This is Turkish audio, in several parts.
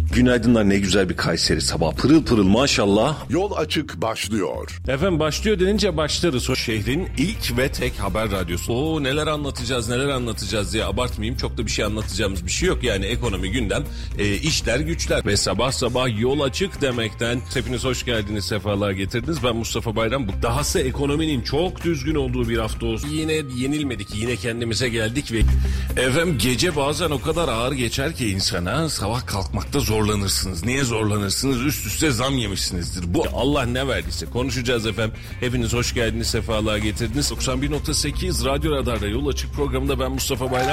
Günaydınlar, ne güzel bir Kayseri sabah. Pırıl pırıl maşallah. Yol Açık başlıyor. Efendim başlıyor denince başlarız. O şehrin ilk ve tek haber radyosu. Oo, neler anlatacağız diye abartmayayım. Çok da bir şey anlatacağımız bir şey yok. Yani ekonomi, gündem, işler güçler. Ve sabah sabah Yol Açık demekten hepiniz hoş geldiniz, sefalar getirdiniz. Ben Mustafa Bayram. Dahası ekonominin çok düzgün olduğu bir hafta olsun. Yine yenilmedik, yine kendimize geldik ve efendim gece bazen o kadar ağır geçer ki insana, sabah kalkmakta zorlanırsınız. Niye zorlanırsınız? Üst üste zam yemişsinizdir. Bu Allah ne verdiyse konuşacağız efendim. Hepiniz hoş geldiniz, sefalar getirdiniz. 91.8 Radyo Radar'da Yol Açık programında ben Mustafa Bayram.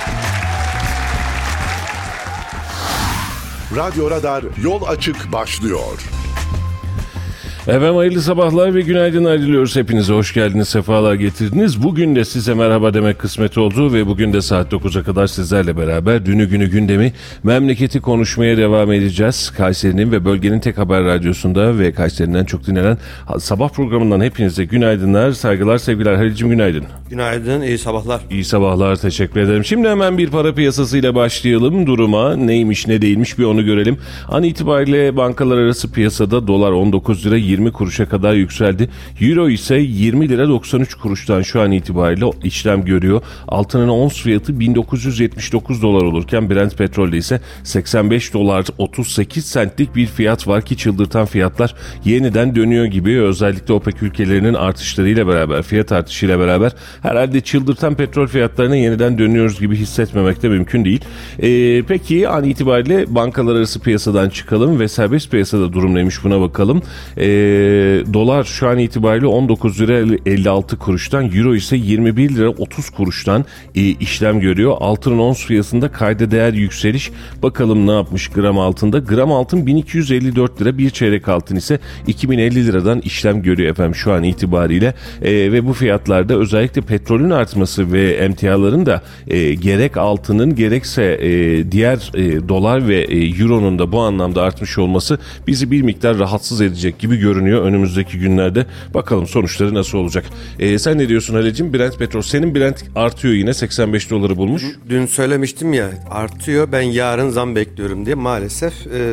Radyo Radar Yol Açık başlıyor. Efendim hayırlı sabahlar ve günaydınlar diliyoruz. Hepinize hoş geldiniz, sefalar getirdiniz. Bugün de size merhaba demek kısmet oldu ve bugün de saat 9'a kadar sizlerle beraber dünü günü gündemi, memleketi konuşmaya devam edeceğiz. Kayseri'nin ve bölgenin tek haber radyosunda ve Kayseri'nden çok dinlenen sabah programından hepinize günaydınlar, saygılar, sevgiler. Halil'cim günaydın. Günaydın, iyi sabahlar. İyi sabahlar, teşekkür ederim. Şimdi hemen bir para piyasasıyla başlayalım. Duruma neymiş ne değilmiş bir onu görelim. An itibariyle bankalar arası piyasada dolar 19 lira 20 kuruşa kadar yükseldi. Euro ise 20 lira 93 kuruştan şu an itibariyle işlem görüyor. Altının ons fiyatı 1979 dolar olurken Brent petrolde ise 85 dolar 38 centlik bir fiyat var ki çıldırtan fiyatlar yeniden dönüyor gibi. Özellikle OPEC ülkelerinin artışlarıyla beraber, fiyat artışıyla beraber herhalde çıldırtan petrol fiyatlarına yeniden dönüyoruz gibi hissetmemek de mümkün değil. Peki an itibariyle bankalar arası piyasadan çıkalım ve serbest piyasada durum neymiş buna bakalım. Dolar şu an itibariyle 19 lira 56 kuruştan, euro ise 21 lira 30 kuruştan işlem görüyor. Altının ons fiyatında kayda değer yükseliş. Bakalım ne yapmış gram altında. Gram altın 1254 lira, bir çeyrek altın ise 2050 liradan işlem görüyor efendim şu an itibariyle. Ve bu fiyatlarda özellikle petrolün artması ve emtiaların da gerek altının gerekse diğer dolar ve euronun da bu anlamda artmış olması bizi bir miktar rahatsız edecek gibi görünüyor önümüzdeki günlerde. Bakalım sonuçları nasıl olacak. Sen ne diyorsun Halicim? Brent petrol. Senin Brent artıyor yine, 85 doları bulmuş. Dün söylemiştim ya, artıyor, ben yarın zam bekliyorum diye maalesef.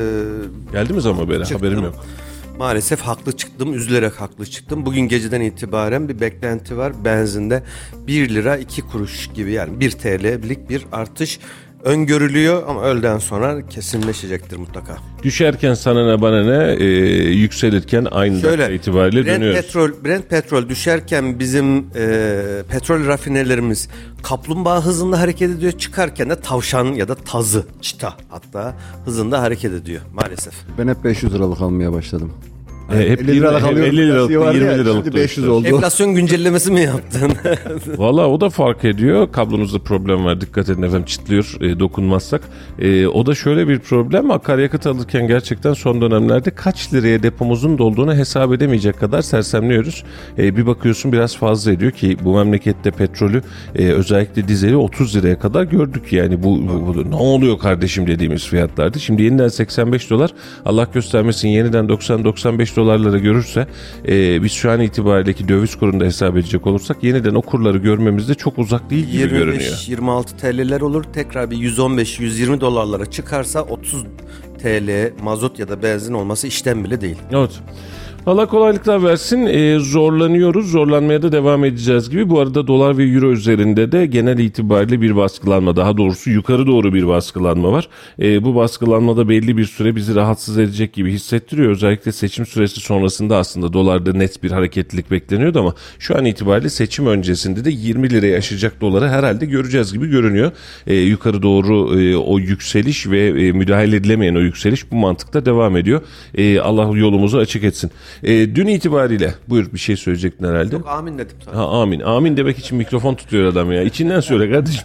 Geldi mi zam haberi? Haberim yok. Maalesef haklı çıktım, üzülerek haklı çıktım. Bugün geceden itibaren bir beklenti var. Benzinde 1 lira 2 kuruş gibi, yani 1 TL'lik bir artış öngörülüyor ama öğleden sonra kesinleşecektir mutlaka. Düşerken sana ne bana ne, yükselirken aynı dakika itibariyle dönüyoruz. Brent petrol düşerken bizim petrol rafinerlerimiz kaplumbağa hızında hareket ediyor. Çıkarken de tavşan ya da tazı, çita hatta hızında hareket ediyor maalesef. Ben hep 500 liralık almaya başladım. Hep 50 liralık alıyorum. 50 liralık, 20 liralık. Şimdi 500 oldu. Enflasyon güncellemesi mi yaptın? Valla o da fark ediyor. Kablonuzda problem var. Dikkat edin efendim, çıtlıyor dokunmazsak. O da şöyle bir problem. Akaryakıt alırken gerçekten son dönemlerde kaç liraya depomuzun dolduğunu hesap edemeyecek kadar sersemliyoruz. Bir bakıyorsun biraz fazla ediyor ki bu memlekette petrolü özellikle dizeli 30 liraya kadar gördük. Yani bu ne oluyor kardeşim dediğimiz fiyatlardı. Şimdi yeniden 85 dolar. Allah göstermesin yeniden 90-95 dolarlara görürse biz şu an itibariyle döviz kurunda hesap edecek olursak yeniden o kurları görmemiz de çok uzak değil gibi görünüyor. 25-26 TL'ler olur, tekrar bir 115-120 dolarlara çıkarsa 30 TL mazot ya da benzin olması işten bile değil. Evet. Allah kolaylıklar versin. Zorlanıyoruz. Zorlanmaya da devam edeceğiz gibi. Bu arada dolar ve euro üzerinde de genel itibariyle bir baskılanma, daha doğrusu yukarı doğru bir baskılanma var. Bu baskılanmada belli bir süre bizi rahatsız edecek gibi hissettiriyor. Özellikle seçim süresi sonrasında aslında dolarda net bir hareketlilik bekleniyordu ama şu an itibariyle seçim öncesinde de 20 liraya aşacak doları herhalde göreceğiz gibi görünüyor. Yukarı doğru o yükseliş ve müdahale edilemeyen o yükseliş bu mantıkta devam ediyor. Allah yolumuzu açık etsin. Dün itibariyle buyur, bir şey söyleyecektin herhalde. Yok, amin dedim sana. Ha, amin. Amin demek için mikrofon tutuyor adam ya. İçinden söyle kardeşim.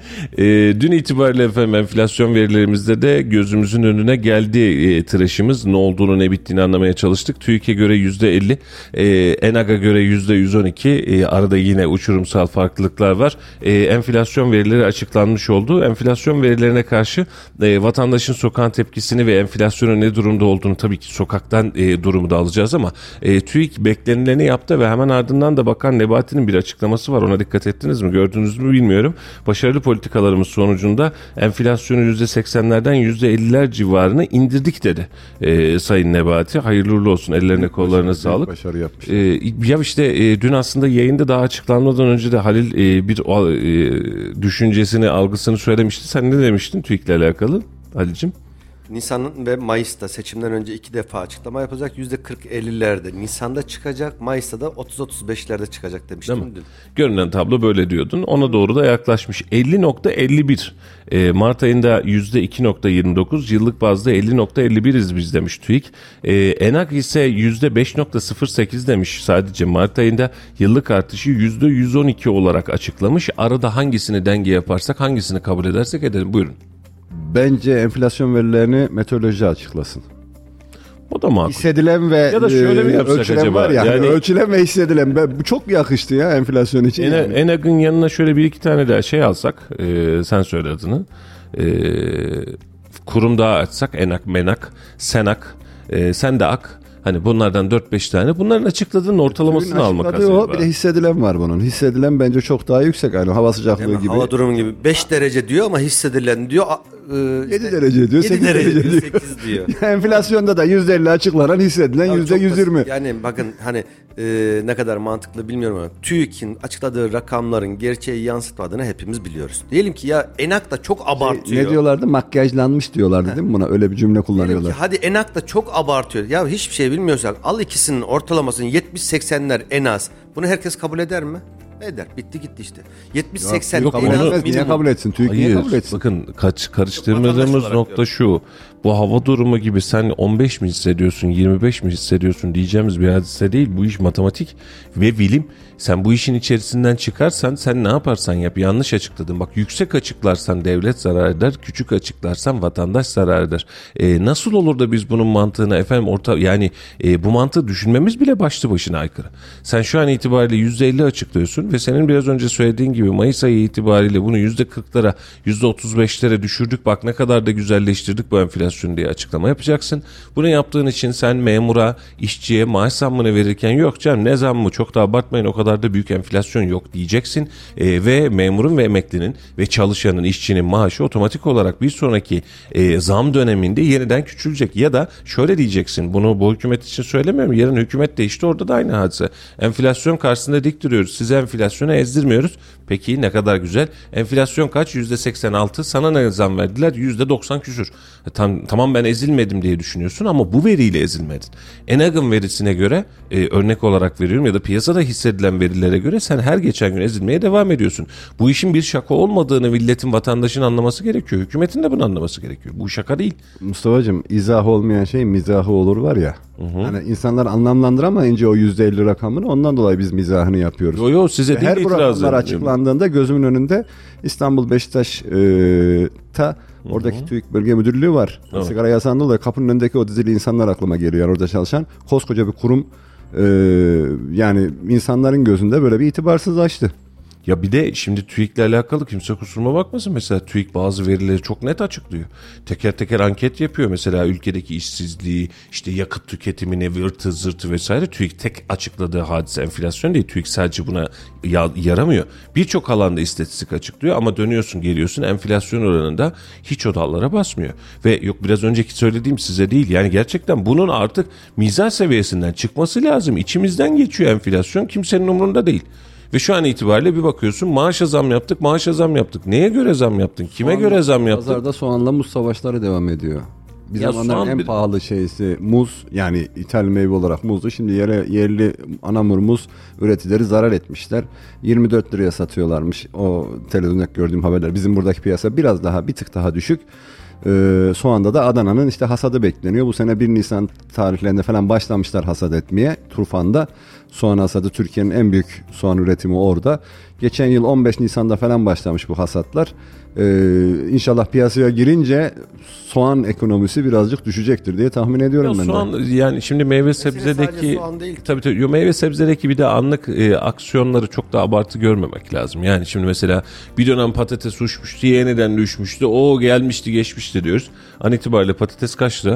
Dün itibariyle efendim enflasyon verilerimizde de gözümüzün önüne geldi tıraşımız. Ne olduğunu ne bittiğini anlamaya çalıştık. TÜİK'e göre %50, ENAG'a göre %112. Arada yine uçurumsal farklılıklar var. Enflasyon verileri açıklanmış oldu. Enflasyon verilerine karşı vatandaşın sokağın tepkisini ve enflasyonun ne durumda olduğunu tabii ki sokaktan durumu da alacağız. konuşacağız ama TÜİK beklenileni yaptı ve hemen ardından da Bakan Nebati'nin bir açıklaması var. Ona dikkat ettiniz mi? Gördünüz mü bilmiyorum. Başarılı politikalarımız sonucunda enflasyonu %80'lerden %50'ler civarına indirdik dedi Sayın Nebati. Hayırlı uğurlu olsun. Ellerine kollarına sağlık. Başarı yapmış. Ya işte dün aslında yayında daha açıklanmadan önce de Halil bir düşüncesini, algısını söylemişti. Sen ne demiştin TÜİK'le alakalı Halil'cim? Nisan ve Mayıs'ta seçimden önce 2 defa açıklama yapacak. %40-50'lerde Nisan'da çıkacak. Mayıs'ta da 30-35'lerde çıkacak demiştim dün. Görünen tablo böyle diyordun. Ona doğru da yaklaşmış. 50.51. Mart ayında %2.29. Yıllık bazda 50.51'iz biz demiş TÜİK. ENAK ise %5.08 demiş sadece Mart ayında. Yıllık artışı %112 olarak açıklamış. Arada hangisini denge yaparsak, hangisini kabul edersek edelim. Buyurun. Bence enflasyon verilerini meteoroloji açıklasın. O da makul. Hissedilen ve Ya da şöyle mi yapsak ölçülen acaba? var ya. Yani, ölçülen ve hissedilen. Bu çok yakıştı ya enflasyon için. ENAK'ın yanına şöyle bir iki tane daha şey alsak. Sen söyle adını. Kurum daha açsak. ENAK, MENAK, SENAK, SENDAK. Hani bunlardan 4-5 tane. Bunların açıkladığının ortalamasını almak lazım. Bir de hissedilen var bunun. Hissedilen bence çok daha yüksek. Yani hava sıcaklığı gibi. Hava durumu gibi 5 derece diyor ama hissedilen diyor 7 derece diyor, 7 derece diyor, 8 diyor. Enflasyonda da %50 açıklanan hissedilen %120. Yani bakın hani ne kadar mantıklı bilmiyorum ama TÜİK'in açıkladığı rakamların gerçeği yansıtmadığını hepimiz biliyoruz. Diyelim ki ya ENAK da çok abartıyor. Ne diyorlardı? Makyajlanmış diyorlardı değil mi buna? Öyle bir cümle kullanıyorlar. Diyelim ki hadi ENAK da çok abartıyor. Ya hiçbir şey bilmiyorsak al ikisinin ortalamasını 70-80'ler en az. Bunu herkes kabul eder mi? Eder. Bitti gitti işte. 70-80 kabul en az etmez. Niye minimum. kabul etsin? TÜİK niye kabul etsin? Bakın karıştırmadığımız Vatandaş nokta olarak şu. Bu hava durumu gibi sen 15 mi hissediyorsun, 25 mi hissediyorsun diyeceğimiz bir hadise değil. Bu iş matematik ve bilim. Sen bu işin içerisinden çıkarsan sen ne yaparsan yap yanlış açıkladın. Bak yüksek açıklarsan devlet zarar eder, küçük açıklarsan vatandaş zarar eder. Nasıl olur da biz bunun mantığına bu mantığı düşünmemiz bile başlı başına aykırı. Sen şu an itibariyle %50 açıklıyorsun ve senin biraz önce söylediğin gibi Mayıs ayı itibariyle bunu %40'lara, %35'lere düşürdük. Bak ne kadar da güzelleştirdik bu enflasyonu diye açıklama yapacaksın. Bunu yaptığın için sen memura, işçiye maaş zammını verirken yok canım ne zammı çok da abartmayın o kadar da büyük enflasyon yok diyeceksin ve memurun ve emeklinin ve çalışanın, işçinin maaşı otomatik olarak bir sonraki zam döneminde yeniden küçülecek ya da şöyle diyeceksin bunu bu hükümet için söylemiyorum yarın hükümet değişti orada da aynı hadise. Enflasyon karşısında dik duruyoruz size enflasyonu ezdirmiyoruz. Peki ne kadar güzel. Enflasyon kaç? %86. Sana ne zam verdiler? %90 küsür. Tamam ben ezilmedim diye düşünüyorsun ama bu veriyle ezilmedin. ENAG'ın verisine göre örnek olarak veriyorum ya da piyasada hissedilen verilere göre sen her geçen gün ezilmeye devam ediyorsun. Bu işin bir şaka olmadığını milletin, vatandaşın anlaması gerekiyor. Hükümetin de bunu anlaması gerekiyor. Bu şaka değil. Mustafa'cığım izah olmayan şey mizahı olur var ya. Hani insanlar anlamlandıramayınca o %50 rakamını ondan dolayı biz mizahını yapıyoruz. Yo size değil her bu rakamlar açıklandığında gözümün önünde İstanbul Beşiktaş'ta oradaki TÜİK Bölge Müdürlüğü var. Evet. Sigara yasağında dolayı kapının önündeki o dizili insanlar aklıma geliyor. Yani orada çalışan koskoca bir kurum yani insanların gözünde böyle bir itibarsızlaştı. Ya bir de şimdi TÜİK'le alakalı kimse kusuruma bakmasın. Mesela TÜİK bazı verileri çok net açıklıyor. Teker teker anket yapıyor. Mesela ülkedeki işsizliği, işte yakıt tüketimini, vırtı zırtı vesaire. TÜİK tek açıkladığı hadise enflasyon değil. TÜİK sadece buna yaramıyor. Birçok alanda istatistik açıklıyor ama dönüyorsun geliyorsun enflasyon oranında hiç o dallara basmıyor. Ve yok biraz önceki söylediğim size değil. Yani gerçekten bunun artık mizah seviyesinden çıkması lazım. İçimizden geçiyor enflasyon. Kimsenin umurunda değil. Ve şu an itibariyle bir bakıyorsun maaşa zam yaptık. Neye göre zam yaptın? Kime göre zam yaptın? Pazarda soğanla muz savaşları devam ediyor. Bir zamanların en pahalı şeysi muz yani ithal meyve olarak muzdu. Şimdi yerli anamur muz üreticileri zarar etmişler. 24 liraya satıyorlarmış o televizyonda gördüğüm haberler. Bizim buradaki piyasa biraz daha bir tık daha düşük. Soğanda da Adana'nın işte hasadı bekleniyor. Bu sene 1 Nisan tarihlerinde falan başlamışlar hasat etmeye. Turfan'da soğan hasadı Türkiye'nin en büyük soğan üretimi orada. Geçen yıl 15 Nisan'da falan başlamış bu hasatlar. İnşallah piyasaya girince soğan ekonomisi birazcık düşecektir diye tahmin ediyorum ben. Soğan yani şimdi meyve sebzedeki tabii meyve sebzedeki bir de anlık aksiyonları çok da abartı görmemek lazım. Yani şimdi mesela bir dönem patates uçmuştu, yeniden düşmüştü. O gelmişti, geçmişti diyoruz. An itibariyle patates kaç lira?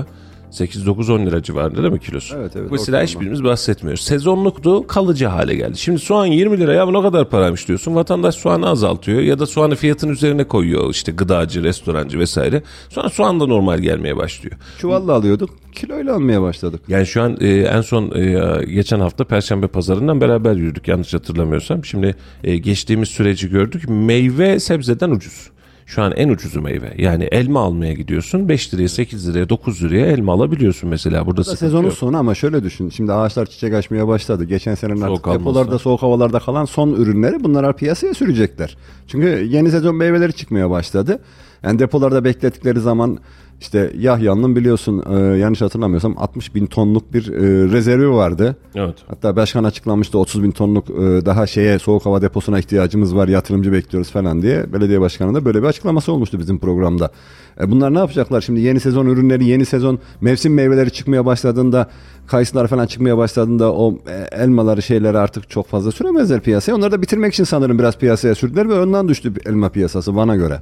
8-9-10 lira civarında değil mi kilosu? Evet. Mesela hiçbirimiz bahsetmiyoruz. Sezonluktu, kalıcı hale geldi. Şimdi soğan 20 lira, ya bu ne kadar paraymış diyorsun. Vatandaş soğanı azaltıyor ya da soğanı fiyatın üzerine koyuyor. İşte gıdacı, restorancı vesaire. Sonra soğan da normal gelmeye başlıyor. Çuvalla alıyorduk, kiloyla almaya başladık. Yani şu an en son geçen hafta Perşembe pazarından beraber yürüdük yanlış hatırlamıyorsam. Şimdi geçtiğimiz süreci gördük. Meyve sebzeden ucuz. Şu an en ucuzu meyve. Yani elma almaya gidiyorsun. 5 liraya, 8 liraya, 9 liraya elma alabiliyorsun mesela. Burada sezonun sonu ama şöyle düşün. Şimdi ağaçlar çiçek açmaya başladı. Geçen senenin artık depolarda, soğuk havalarda kalan son ürünleri bunlar piyasaya sürecekler. Çünkü yeni sezon meyveleri çıkmaya başladı. Yani depolarda beklettikleri zaman işte Yahya'nın biliyorsun yanlış hatırlamıyorsam 60 bin tonluk bir rezervi vardı. Evet. Hatta başkan açıklamıştı 30 bin tonluk daha soğuk hava deposuna ihtiyacımız var, yatırımcı bekliyoruz falan diye. Belediye başkanı da böyle bir açıklaması olmuştu bizim programda. Bunlar ne yapacaklar şimdi? Yeni sezon ürünleri, yeni sezon mevsim meyveleri çıkmaya başladığında, kayısılar falan çıkmaya başladığında o elmaları şeyleri artık çok fazla süremezler piyasaya. Onları da bitirmek için sanırım biraz piyasaya sürdüler ve ondan düştü elma piyasası bana göre.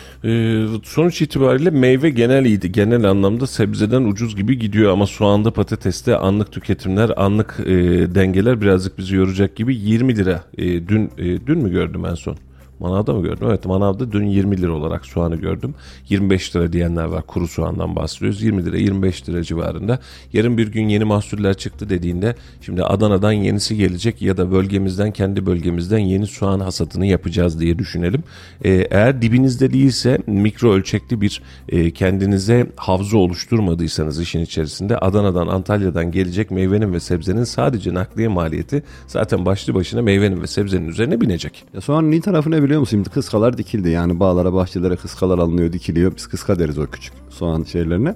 Sonuç itibariyle meyve genel iyiydi. Genel anlamda sebzeden ucuz gibi gidiyor ama soğanda, patateste anlık tüketimler, anlık dengeler birazcık bizi yoracak gibi. 20 lira. Dün mü gördüm en son? Manavda mı gördüm? Evet, manavda dün 20 lira olarak soğanı gördüm. 25 lira diyenler var. Kuru soğandan bahsediyoruz. 20 lira 25 lira civarında. Yarın bir gün yeni mahsuller çıktı dediğinde şimdi Adana'dan yenisi gelecek ya da bölgemizden, kendi bölgemizden yeni soğan hasatını yapacağız diye düşünelim. Eğer dibinizde değilse, mikro ölçekli bir kendinize havza oluşturmadıysanız işin içerisinde, Adana'dan, Antalya'dan gelecek meyvenin ve sebzenin sadece nakliye maliyeti zaten başlı başına meyvenin ve sebzenin üzerine binecek. Ya soğanın iyi tarafı ne biliyor musun? Şimdi kıskalar dikildi. Yani bağlara, bahçelere kıskalar alınıyor, dikiliyor. Biz kıska deriz o küçük soğan şeylerine.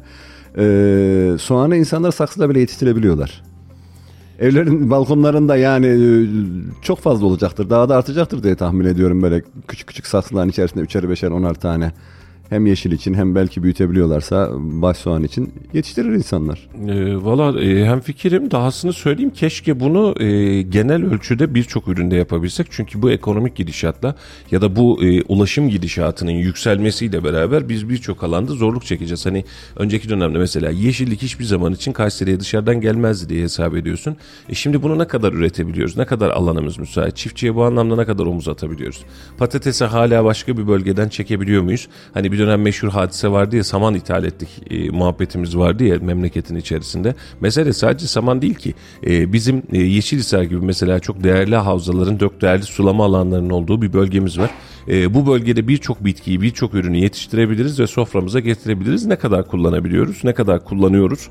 Soğanı insanlar saksıda bile yetiştirebiliyorlar. Evlerin balkonlarında yani çok fazla olacaktır. Daha da artacaktır diye tahmin ediyorum, böyle küçük küçük saksıların içerisinde 3'er 5'er 10'ar tane. Hem yeşil için hem belki büyütebiliyorlarsa baş soğan için yetiştirir insanlar. Valla hemfikirim, dahasını söyleyeyim, keşke bunu genel ölçüde birçok üründe yapabilsek. Çünkü bu ekonomik gidişatla ya da bu ulaşım gidişatının yükselmesiyle beraber biz birçok alanda zorluk çekeceğiz. Hani önceki dönemde mesela yeşillik hiçbir zaman için Kayseri'ye dışarıdan gelmezdi diye hesap ediyorsun. Şimdi bunu ne kadar üretebiliyoruz? Ne kadar alanımız müsait? Çiftçiye bu anlamda ne kadar omuz atabiliyoruz? Patatesi hala başka bir bölgeden çekebiliyor muyuz? Hani bir dönem meşhur hadise vardı ya, saman ithal ettik muhabbetimiz vardı ya memleketin içerisinde. Mesele sadece saman değil ki. Bizim Yeşilhisar gibi mesela çok değerli havzaların, çok değerli sulama alanlarının olduğu bir bölgemiz var. Bu bölgede birçok bitkiyi, birçok ürünü yetiştirebiliriz ve soframıza getirebiliriz. Ne kadar kullanabiliyoruz, ne kadar kullanıyoruz?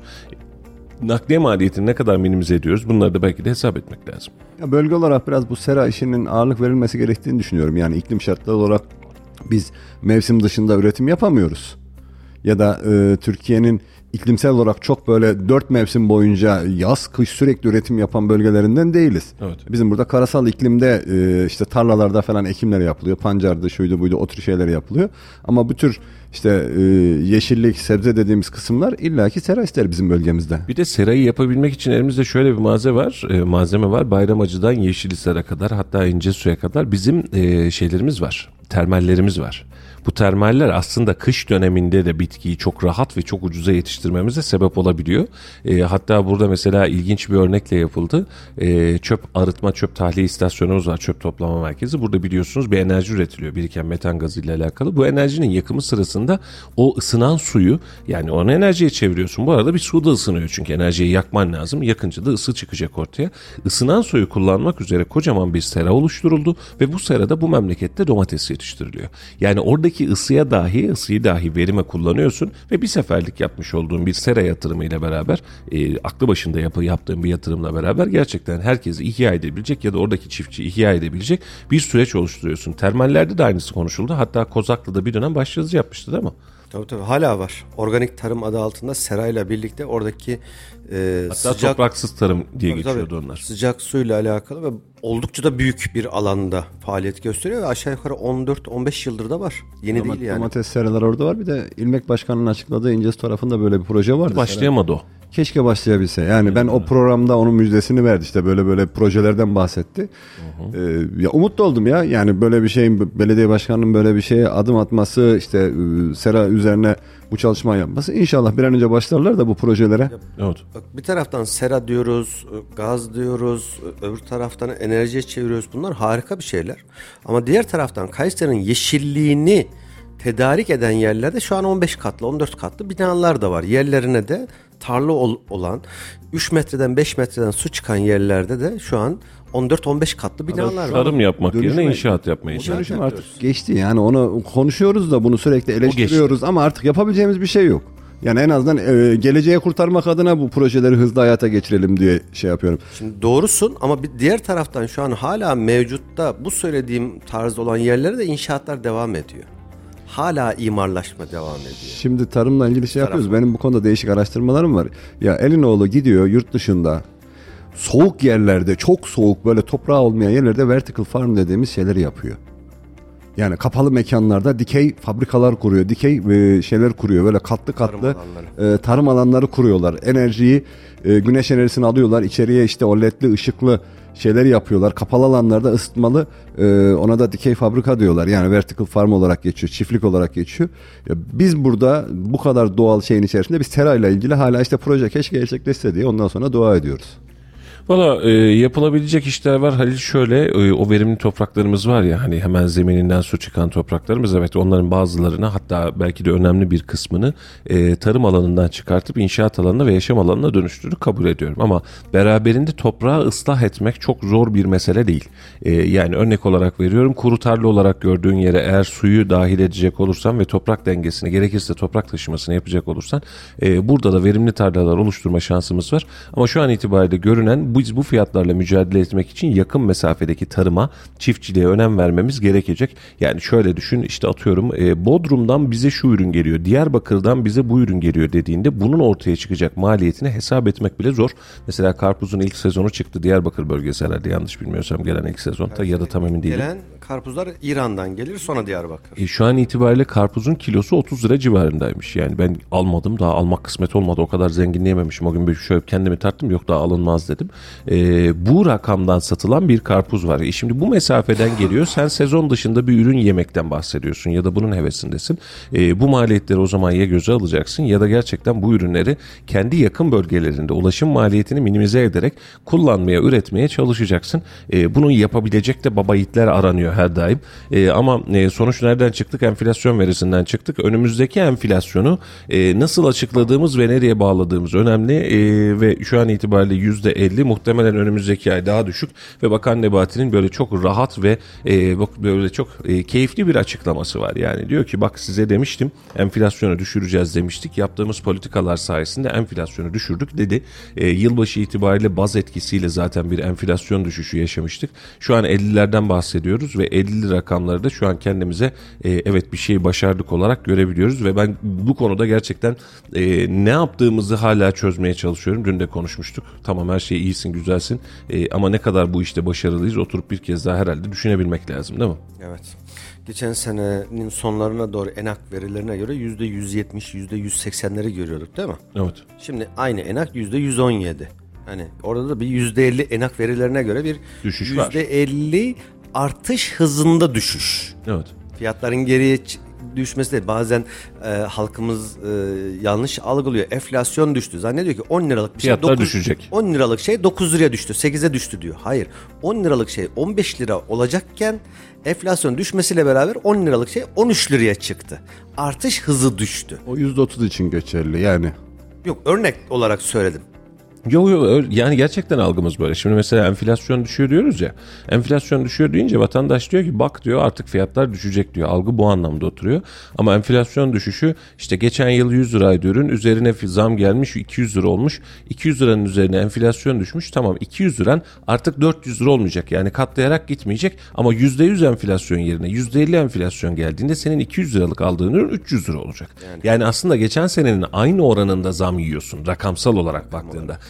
Nakliye maliyetini ne kadar minimize ediyoruz? Bunları da belki de hesap etmek lazım. Ya bölge olarak biraz bu sera işinin ağırlık verilmesi gerektiğini düşünüyorum. Yani iklim şartları olarak biz mevsim dışında üretim yapamıyoruz. Ya da Türkiye'nin iklimsel olarak çok böyle 4 mevsim boyunca yaz kış sürekli üretim yapan bölgelerinden değiliz. Evet. Bizim burada karasal iklimde işte tarlalarda falan ekimler yapılıyor. Pancardı, şuydu buydu, o tür şeyler yapılıyor. Ama bu tür işte yeşillik, sebze dediğimiz kısımlar illaki sera ister bizim bölgemizde. Bir de serayı yapabilmek için elimizde şöyle bir malzeme var. Bayramacı'dan Yeşilhisar'a kadar, hatta İncesu'ya kadar bizim şeylerimiz var. Termallerimiz var. Bu termaller aslında kış döneminde de bitkiyi çok rahat ve çok ucuza yetiştirmemize sebep olabiliyor. Hatta burada mesela ilginç bir örnekle yapıldı. Çöp arıtma, çöp tahliye istasyonumuz var, çöp toplama merkezi. Burada biliyorsunuz bir enerji üretiliyor, biriken metan gazı ile alakalı. Bu enerjinin yakımı sırasında o ısınan suyu, yani onu enerjiye çeviriyorsun. Bu arada bir su da ısınıyor çünkü enerjiyi yakman lazım. Yakınca da ısı çıkacak ortaya. Isınan suyu kullanmak üzere kocaman bir sera oluşturuldu ve bu serada bu memlekette domates yetiştiriliyor. Yani oradaki ısıyı dahi verime kullanıyorsun ve bir seferlik yapmış olduğun bir sera yatırımıyla beraber aklı başında yaptığın bir yatırımla beraber gerçekten herkesi ihya edebilecek ya da oradaki çiftçiyi ihya edebilecek bir süreç oluşturuyorsun. Termallerde de aynısı konuşuldu. Hatta Kozaklı'da bir dönem başyazı yapmıştı değil mi? Tabii hala var. Organik tarım adı altında serayla birlikte oradaki hatta topraksız tarım diye geçiyordu onlar. Sıcak suyla alakalı ve oldukça da büyük bir alanda faaliyet gösteriyor ve aşağı yukarı 14-15 yıldır da var. Yeni değil yani. Domates seraları orada var. Bir de İlmek Başkanı'nın açıkladığı İncesu tarafında böyle bir proje vardı. Başlayamadı o. Keşke başlayabilse. Yani ben o programda onun müjdesini verdi, işte böyle projelerden bahsetti. Ya umutlu oldum ya. Yani böyle bir şeyin, belediye başkanının böyle bir şeye adım atması, işte sera üzerine bu çalışma yapması, inşallah bir an önce başlarlar da bu projelere. Evet. Bak, bir taraftan sera diyoruz, gaz diyoruz, öbür taraftan enerjiye çeviriyoruz. Bunlar harika bir şeyler. Ama diğer taraftan Kayseri'nin yeşilliğini tedarik eden yerlerde şu an 15 katlı, 14 katlı binalar da var. Yerlerine de tarla olan, 3 metreden 5 metreden su çıkan yerlerde de şu an 14-15 katlı binalar var. Tarım yapmak Dönüşüm yerine inşaat yapmayı O dönüşüm artık geçti. Yani onu konuşuyoruz da bunu sürekli eleştiriyoruz ama artık yapabileceğimiz bir şey yok. Yani en azından geleceğe kurtarmak adına bu projeleri hızlı hayata geçirelim diye şey yapıyorum. Şimdi doğrusun ama bir diğer taraftan şu an hala mevcutta bu söylediğim tarzda olan yerlere de inşaatlar devam ediyor. Hala imarlaşma devam ediyor. Şimdi tarımla ilgili şey yapıyoruz. Benim bu konuda değişik araştırmalarım var. Ya Elinoğlu gidiyor yurt dışında soğuk yerlerde, çok soğuk, böyle toprağı olmayan yerlerde vertical farm dediğimiz şeyleri yapıyor. Yani kapalı mekanlarda dikey fabrikalar kuruyor, dikey şeyler kuruyor, böyle katlı tarım alanları kuruyorlar. Enerjiyi, güneş enerjisini alıyorlar, içeriye işte o ledli ışıklı şeyleri yapıyorlar. Kapalı alanlarda ısıtmalı, ona da dikey fabrika diyorlar. Yani vertical farm olarak geçiyor, çiftlik olarak geçiyor. Ya biz burada bu kadar doğal şeyin içerisinde biz serayla ilgili hala işte proje keşke gerçekleşse diye ondan sonra dua ediyoruz. Valla yapılabilecek işler var Halil. Şöyle o verimli topraklarımız var ya, hani hemen zemininden su çıkan topraklarımız, evet, onların bazılarını, hatta belki de önemli bir kısmını tarım alanından çıkartıp inşaat alanına ve yaşam alanına dönüştürdük, kabul ediyorum. Ama beraberinde toprağı ıslah etmek çok zor bir mesele değil. Yani örnek olarak veriyorum, kuru tarla olarak gördüğün yere eğer suyu dahil edecek olursan ve toprak dengesini, gerekirse toprak taşımasını yapacak olursan burada da verimli tarlalar oluşturma şansımız var. Ama şu an itibariyle görünen, biz bu fiyatlarla mücadele etmek için yakın mesafedeki tarıma, çiftçiliğe önem vermemiz gerekecek. Yani şöyle düşün, işte atıyorum Bodrum'dan bize şu ürün geliyor, Diyarbakır'dan bize bu ürün geliyor dediğinde bunun ortaya çıkacak maliyetini hesap etmek bile zor. Mesela karpuzun ilk sezonu çıktı, Diyarbakır bölgesi herhalde, yanlış bilmiyorsam gelen ilk sezon, ya da tam emin değilim. Gelen karpuzlar İran'dan gelir, sonra Diyarbakır. Şu an itibariyle karpuzun kilosu 30 lira civarındaymış. Yani ben almadım, daha almak kısmet olmadı, o kadar zenginleyememişim. O gün bir şöyle kendimi tarttım, yok daha alınmaz dedim. Bu rakamdan satılan bir karpuz var. Şimdi bu mesafeden geliyor. Sen sezon dışında bir ürün yemekten bahsediyorsun ya da bunun hevesindesin. Bu maliyetleri o zaman ya göze alacaksın ya da gerçekten bu ürünleri kendi yakın bölgelerinde ulaşım maliyetini minimize ederek kullanmaya, üretmeye çalışacaksın. Bunu yapabilecek de baba yiğitler aranıyor her daim. Ama sonuç nereden çıktık? Enflasyon verisinden çıktık. Önümüzdeki enflasyonu nasıl açıkladığımız ve nereye bağladığımız önemli. Ve şu an itibariyle %50, muhtemelen önümüzdeki ay daha düşük ve Bakan Nebati'nin böyle çok rahat ve böyle çok keyifli bir açıklaması var. Yani diyor ki, bak size demiştim, enflasyonu düşüreceğiz demiştik. Yaptığımız politikalar sayesinde enflasyonu düşürdük dedi. Yılbaşı itibariyle baz etkisiyle zaten bir enflasyon düşüşü yaşamıştık. Şu an 50'lerden bahsediyoruz ve 50'li rakamları da şu an kendimize evet bir şey başardık olarak görebiliyoruz ve ben bu konuda gerçekten ne yaptığımızı hala çözmeye çalışıyorum. Dün de konuşmuştuk. Tamam, her şey iyisin, güzelsin ama ne kadar bu işte başarılıyız, oturup bir kez daha herhalde düşünebilmek lazım, değil mi? Evet. Geçen senenin sonlarına doğru ENAK verilerine göre %170, %180'leri görüyorduk değil mi? Evet. Şimdi aynı ENAK %117. Hani orada da bir %50 ENAK verilerine göre bir düşüş var. %50 artış hızında düşüş. Evet. Fiyatların geriye düşmesi de bazen halkımız yanlış algılıyor. Enflasyon düştü. Zannediyor ki 10 liralık bir fiyatlar şey düşecek. 10 liralık şey 9 liraya düştü, 8'e düştü diyor. Hayır. 10 liralık şey 15 lira olacakken enflasyon düşmesiyle beraber 10 liralık şey 13 liraya çıktı. Artış hızı düştü. O %30 için geçerli yani. Yok, örnek olarak söyledim. Yok yani gerçekten algımız böyle. Şimdi mesela enflasyon düşüyor diyoruz ya. Enflasyon düşüyor deyince vatandaş diyor ki bak diyor, artık fiyatlar düşecek diyor. Algı bu anlamda oturuyor. Ama enflasyon düşüşü, işte geçen yıl 100 liraydı ürün, üzerine zam gelmiş 200 lira olmuş. 200 liranın üzerine enflasyon düşmüş. Tamam, 200 liran artık 400 lira olmayacak. Yani katlayarak gitmeyecek ama %100 enflasyon yerine %50 enflasyon geldiğinde senin 200 liralık aldığın ürün 300 lira olacak. Yani aslında geçen senenin aynı oranında zam yiyorsun rakamsal olarak baktığında.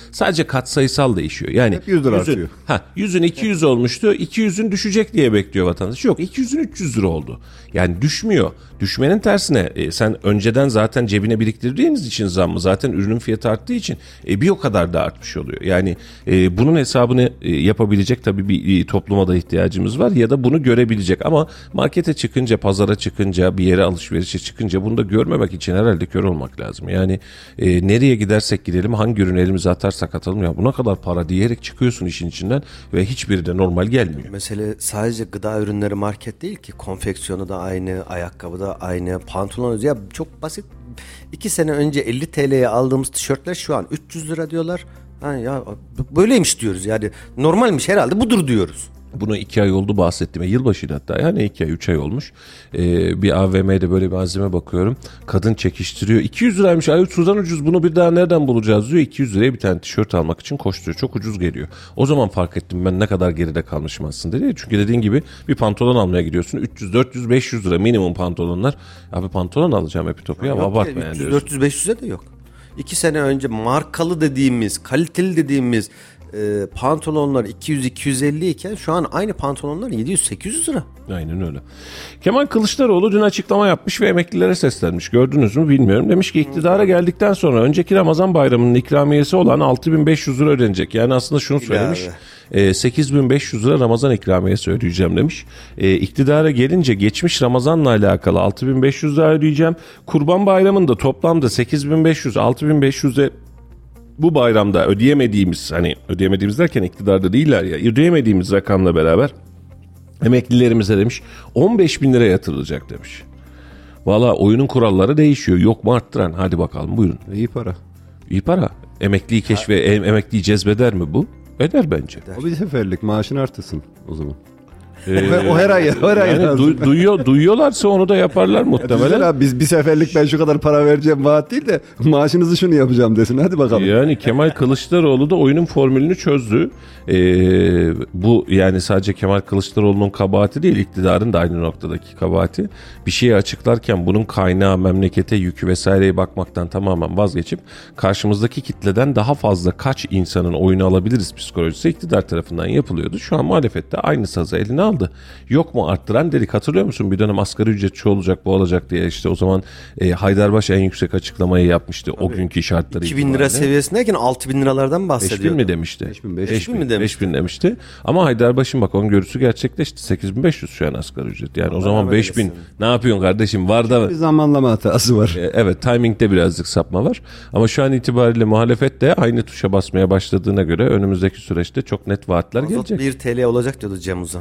Sadece katsayısal değişiyor. Yani hep 100 lira artıyor. 100'ün 200 olmuştu. 200'ün düşecek diye bekliyor vatandaş. Yok, 200'ün 300 lira oldu. Yani düşmüyor. Düşmenin tersine sen önceden zaten cebine biriktirdiğiniz için zammı, zaten ürünün fiyatı arttığı için bir o kadar da artmış oluyor. Yani bunun hesabını yapabilecek tabii bir topluma da ihtiyacımız var ya da bunu görebilecek. Ama markete çıkınca, pazara çıkınca, bir yere alışverişe çıkınca bunu da görmemek için herhalde kör olmak lazım. Yani nereye gidersek gidelim, hangi ürünü elimize atarsak atalım, ya buna kadar para diyerek çıkıyorsun işin içinden ve hiçbiri de normal gelmiyor. Mesele sadece gıda ürünleri market değil ki, konfeksiyonu da aynı, ayakkabı da aynı, pantolon, ya çok basit. 2 sene önce 50 TL'ye aldığımız tişörtler şu an 300 lira diyorlar. Ha ya, böyleymiş diyoruz, yani normalmiş herhalde, budur diyoruz. Bunu 2 ay oldu bahsettim. Yılbaşıydı hatta. Yani 2 ay 3 ay olmuş. Bir AVM'de böyle bir malzeme bakıyorum. Kadın çekiştiriyor. 200 liraymış. Ay sudan ucuz. Bunu bir daha nereden bulacağız diyor. 200 liraya bir tane tişört almak için koşturuyor. Çok ucuz geliyor. O zaman fark ettim ben ne kadar geride kalmışım aslında diye. Çünkü dediğin gibi bir pantolon almaya gidiyorsun. 300, 400, 500 lira minimum pantolonlar. Abi pantolon alacağım Epitopya ama abartma yani diyorsun. 400, 500'e de yok. 2 sene önce markalı dediğimiz, kaliteli dediğimiz pantolonlar 200-250 iken şu an aynı pantolonlar 700-800 lira. Aynen öyle. Kemal Kılıçdaroğlu dün açıklama yapmış ve emeklilere seslenmiş. Gördünüz mü bilmiyorum. Demiş ki iktidara geldikten sonra önceki Ramazan bayramının ikramiyesi olan 6.500 lira ödenecek. Yani aslında şunu söylemiş. 8.500 lira Ramazan ikramiyesi ödeyeceğim demiş. İktidara gelince geçmiş Ramazan'la alakalı 6.500 lira ödeyeceğim. Kurban Bayramı'nda toplamda 8.500, 6.500'e bu bayramda ödeyemediğimiz, hani ödeyemediğimiz derken iktidarda değiller ya, ödeyemediğimiz rakamla beraber emeklilerimize demiş 15.000 lira yatırılacak demiş. Valla oyunun kuralları değişiyor. Yok mu arttıran? Hadi bakalım buyurun. İyi para. İyi para. Emekliyi emekliyi cezbeder mi bu? Eder bence. O bir seferlik, maaşın artırsın o zaman. O her ay yani duyuyorlarsa onu da yaparlar muhtemelen. Abi, biz bir seferlik ben şu kadar para vereceğim vaat değil de maaşınızı şunu yapacağım desin, hadi bakalım. Yani Kemal Kılıçdaroğlu da oyunun formülünü çözdü. Bu yani sadece Kemal Kılıçdaroğlu'nun kabahati değil, iktidarın da aynı noktadaki kabahati. Bir şeyi açıklarken bunun kaynağı, memlekete yükü vesaireye bakmaktan tamamen vazgeçip karşımızdaki kitleden daha fazla kaç insanın oyunu alabiliriz psikolojisi iktidar tarafından yapılıyordu. Şu an muhalefette aynı sazı eline aldı. Yok mu arttıran dedik, hatırlıyor musun? Bir dönem asgari ücretçi olacak, bu olacak diye işte o zaman Haydarbaş en yüksek açıklamayı yapmıştı. Tabii, o günkü şartları 2.000 lira seviyesindeyken 6.000 liralardan bahsediyordu. 5.000 mi demişti? 5.000 demişti. Ama Haydarbaş'ın bak öngörüsü gerçekleşti. 8.500 şu an asgari ücret. Yani o zaman 5.000 ne yapıyorsun kardeşim? Var da bir zamanlama hatası var. Evet, timingde birazcık sapma var. Ama şu an itibariyle muhalefet de aynı tuşa basmaya başladığına göre önümüzdeki süreçte çok net vaatler gelecek. 1 TL olacak diyordu Cem Uzan.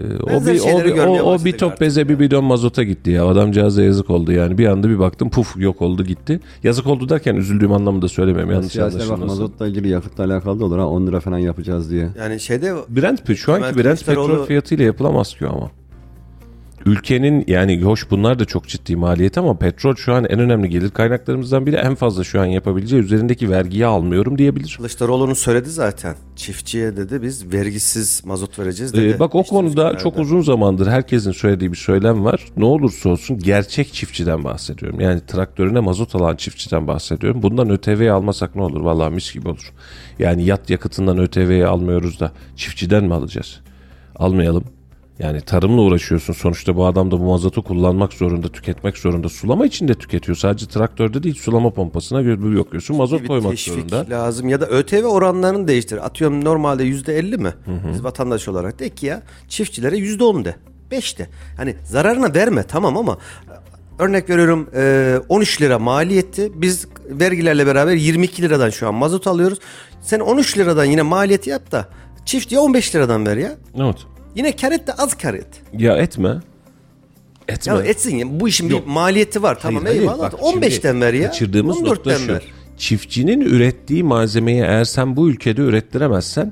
O bir top beze bir bidon mazota gitti ya. Adamcağıza yazık oldu yani. Bir anda bir baktım puf yok oldu gitti. Yazık oldu derken üzüldüğüm anlamında söylemiyorum. Yanlış anlaşılmasın. Mazotla ilgili yakıtla alakalı da olur ha, 10 lira falan yapacağız diye. Yani şeyde şu anki Brent petrol fiyatıyla yapılamaz ki ama. Ülkenin yani hoş bunlar da çok ciddi maliyet ama petrol şu an en önemli gelir kaynaklarımızdan biri, en fazla şu an yapabileceği üzerindeki vergiyi almıyorum diyebilir. Kılıçdaroğlu'nun söyledi zaten. Çiftçiye dedi biz vergisiz mazot vereceğiz dedi. Bak o konuda çok uzun zamandır herkesin söylediği bir söylem var. Ne olursa olsun gerçek çiftçiden bahsediyorum. Yani traktörüne mazot alan çiftçiden bahsediyorum. Bundan ÖTV'yi almasak ne olur? Vallahi mis gibi olur. Yani yat yakıtından ÖTV'yi almıyoruz da çiftçiden mi alacağız? Almayalım. Yani tarımla uğraşıyorsun. Sonuçta bu adam da bu mazotu kullanmak zorunda, tüketmek zorunda. Sulama için de tüketiyor. Sadece traktörde değil, sulama pompasına yokuyorsun. Mazot koymak zorunda. Lazım ya da ÖTV oranlarını değiştir. Atıyorum normalde %50 mi? Biz vatandaş olarak de ki ya çiftçilere %10 de. 5 de. Hani zararına verme tamam ama örnek veriyorum 13 lira maliyetti. Biz vergilerle beraber 22 liradan şu an mazot alıyoruz. Sen 13 liradan yine maliyeti yap da çiftçiye 15 liradan ver ya. Evet. Yine kar et de az kar et. Ya etme. Ya etsin ya. Bu işin bir maliyeti var. Tamam hayır, eyvallah. Bak, 15'ten ver ya. Kaçırdığımız nokta şu. Ver. Çiftçinin ürettiği malzemeyi eğer sen bu ülkede ürettiremezsen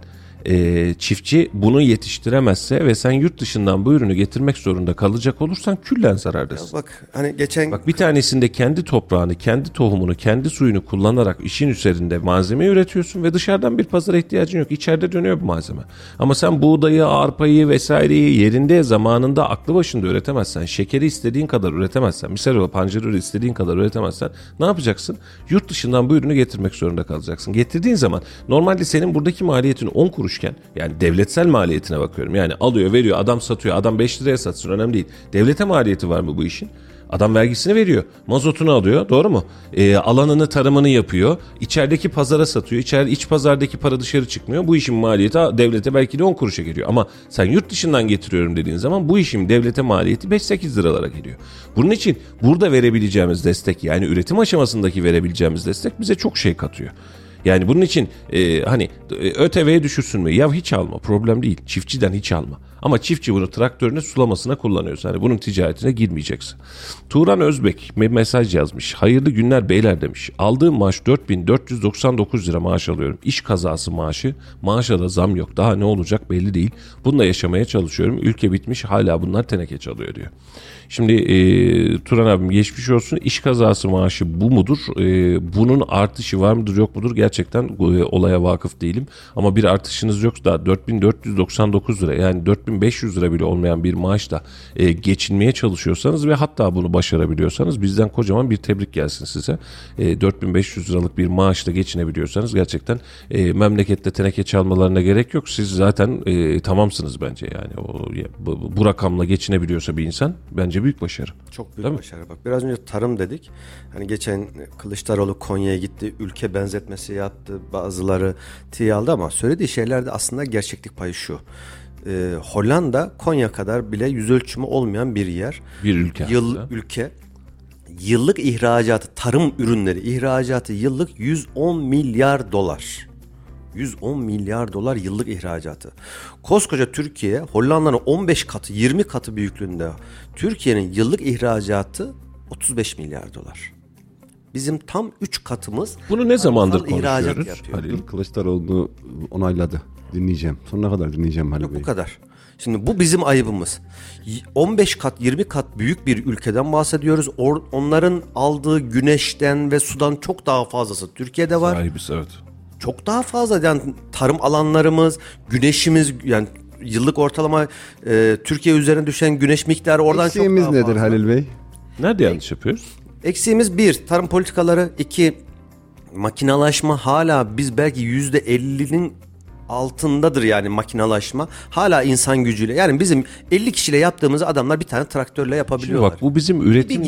çiftçi bunu yetiştiremezse ve sen yurt dışından bu ürünü getirmek zorunda kalacak olursan küllen zarardasın. Bak hani geçen... Bak bir tanesinde kendi toprağını, kendi tohumunu, kendi suyunu kullanarak işin üzerinde malzeme üretiyorsun ve dışarıdan bir pazara ihtiyacın yok. İçeride dönüyor bu malzeme. Ama sen buğdayı, arpayı vesaireyi yerinde, zamanında, aklı başında üretemezsen, şekeri istediğin kadar üretemezsen, misal o pancarı istediğin kadar üretemezsen ne yapacaksın? Yurt dışından bu ürünü getirmek zorunda kalacaksın. Getirdiğin zaman normalde senin buradaki maliyetin 10 kuruşken, yani devletsel maliyetine bakıyorum. Yani alıyor, veriyor, adam satıyor. Adam 5 liraya satsın, önemli değil. Devlete maliyeti var mı bu işin? Adam vergisini veriyor. Mazotunu alıyor. Doğru mu? Alanını, tarımını yapıyor. İçerideki pazara satıyor. İç pazardaki para dışarı çıkmıyor. Bu işin maliyeti devlete belki de 10 kuruşa geliyor. Ama sen yurt dışından getiriyorum dediğin zaman bu işin devlete maliyeti 5-8 liralara geliyor. Bunun için burada verebileceğimiz destek, yani üretim aşamasındaki verebileceğimiz destek bize çok şey katıyor. Yani bunun için hani ÖTV'ye düşürsün mü? Ya hiç alma, problem değil. Çiftçiden hiç alma. Ama çiftçi bunu traktörüne sulamasına kullanıyor. Yani bunun ticaretine girmeyeceksin. Turan Özbek bir mesaj yazmış. Hayırlı günler beyler demiş. Aldığım maaş 4499 lira maaş alıyorum. İş kazası maaşı. Maaşa da zam yok. Daha ne olacak belli değil. Bununla yaşamaya çalışıyorum. Ülke bitmiş, hala bunlar teneke çalıyor diyor. Şimdi Turan abim geçmiş olsun. İş kazası maaşı bu mudur? Bunun artışı var mıdır yok mudur? Gerçekten olaya vakıf değilim. Ama bir artışınız yoksa 4499 lira, yani 4500 lira bile olmayan bir maaşla geçinmeye çalışıyorsanız ve hatta bunu başarabiliyorsanız bizden kocaman bir tebrik gelsin size. 4500 liralık bir maaşla geçinebiliyorsanız gerçekten memlekette teneke çalmalarına gerek yok. Siz zaten tamamsınız bence yani. Bu rakamla geçinebiliyorsa bir insan bence büyük başarı. Çok büyük başarı. Bak biraz önce tarım dedik. Hani geçen Kılıçdaroğlu Konya'ya gitti. Ülke benzetmesi yaptı. Bazıları tiye aldı ama söylediği şeylerde aslında gerçeklik payı şu. Hollanda Konya kadar bile yüz ölçümü olmayan bir yer. Bir ülke. Ülke. Yıllık ihracatı, tarım ürünleri ihracatı yıllık 110 milyar dolar. 110 milyar dolar yıllık ihracatı. Koskoca Türkiye, Hollanda'nın 15 katı, 20 katı büyüklüğünde. Türkiye'nin yıllık ihracatı 35 milyar dolar. Bizim tam 3 katımız. Bunu ne zamandır konuşuyoruz? Halil Kılıçdaroğlu onayladı. Dinleyeceğim. Sonuna kadar dinleyeceğim Halil Bey. Bu kadar. Şimdi bu bizim ayıbımız. 15 kat, 20 kat büyük bir ülkeden bahsediyoruz. Onların aldığı güneşten ve sudan çok daha fazlası Türkiye'de var. Sahibiz, evet. Çok daha fazla, yani tarım alanlarımız, güneşimiz, yani yıllık ortalama Türkiye üzerine düşen güneş miktarı oradan eksiğimiz çok daha fazla. Eksiğimiz nedir Halil Bey? Nerede yanlış yapıyoruz? Eksiğimiz 1, tarım politikaları, 2, makinalaşma. Hala biz belki %50'nin altındadır yani makinalaşma. Hala insan gücüyle, yani bizim 50 kişiyle yaptığımızı adamlar bir tane traktörle yapabiliyorlar. Şimdi bak, bu bizim üretim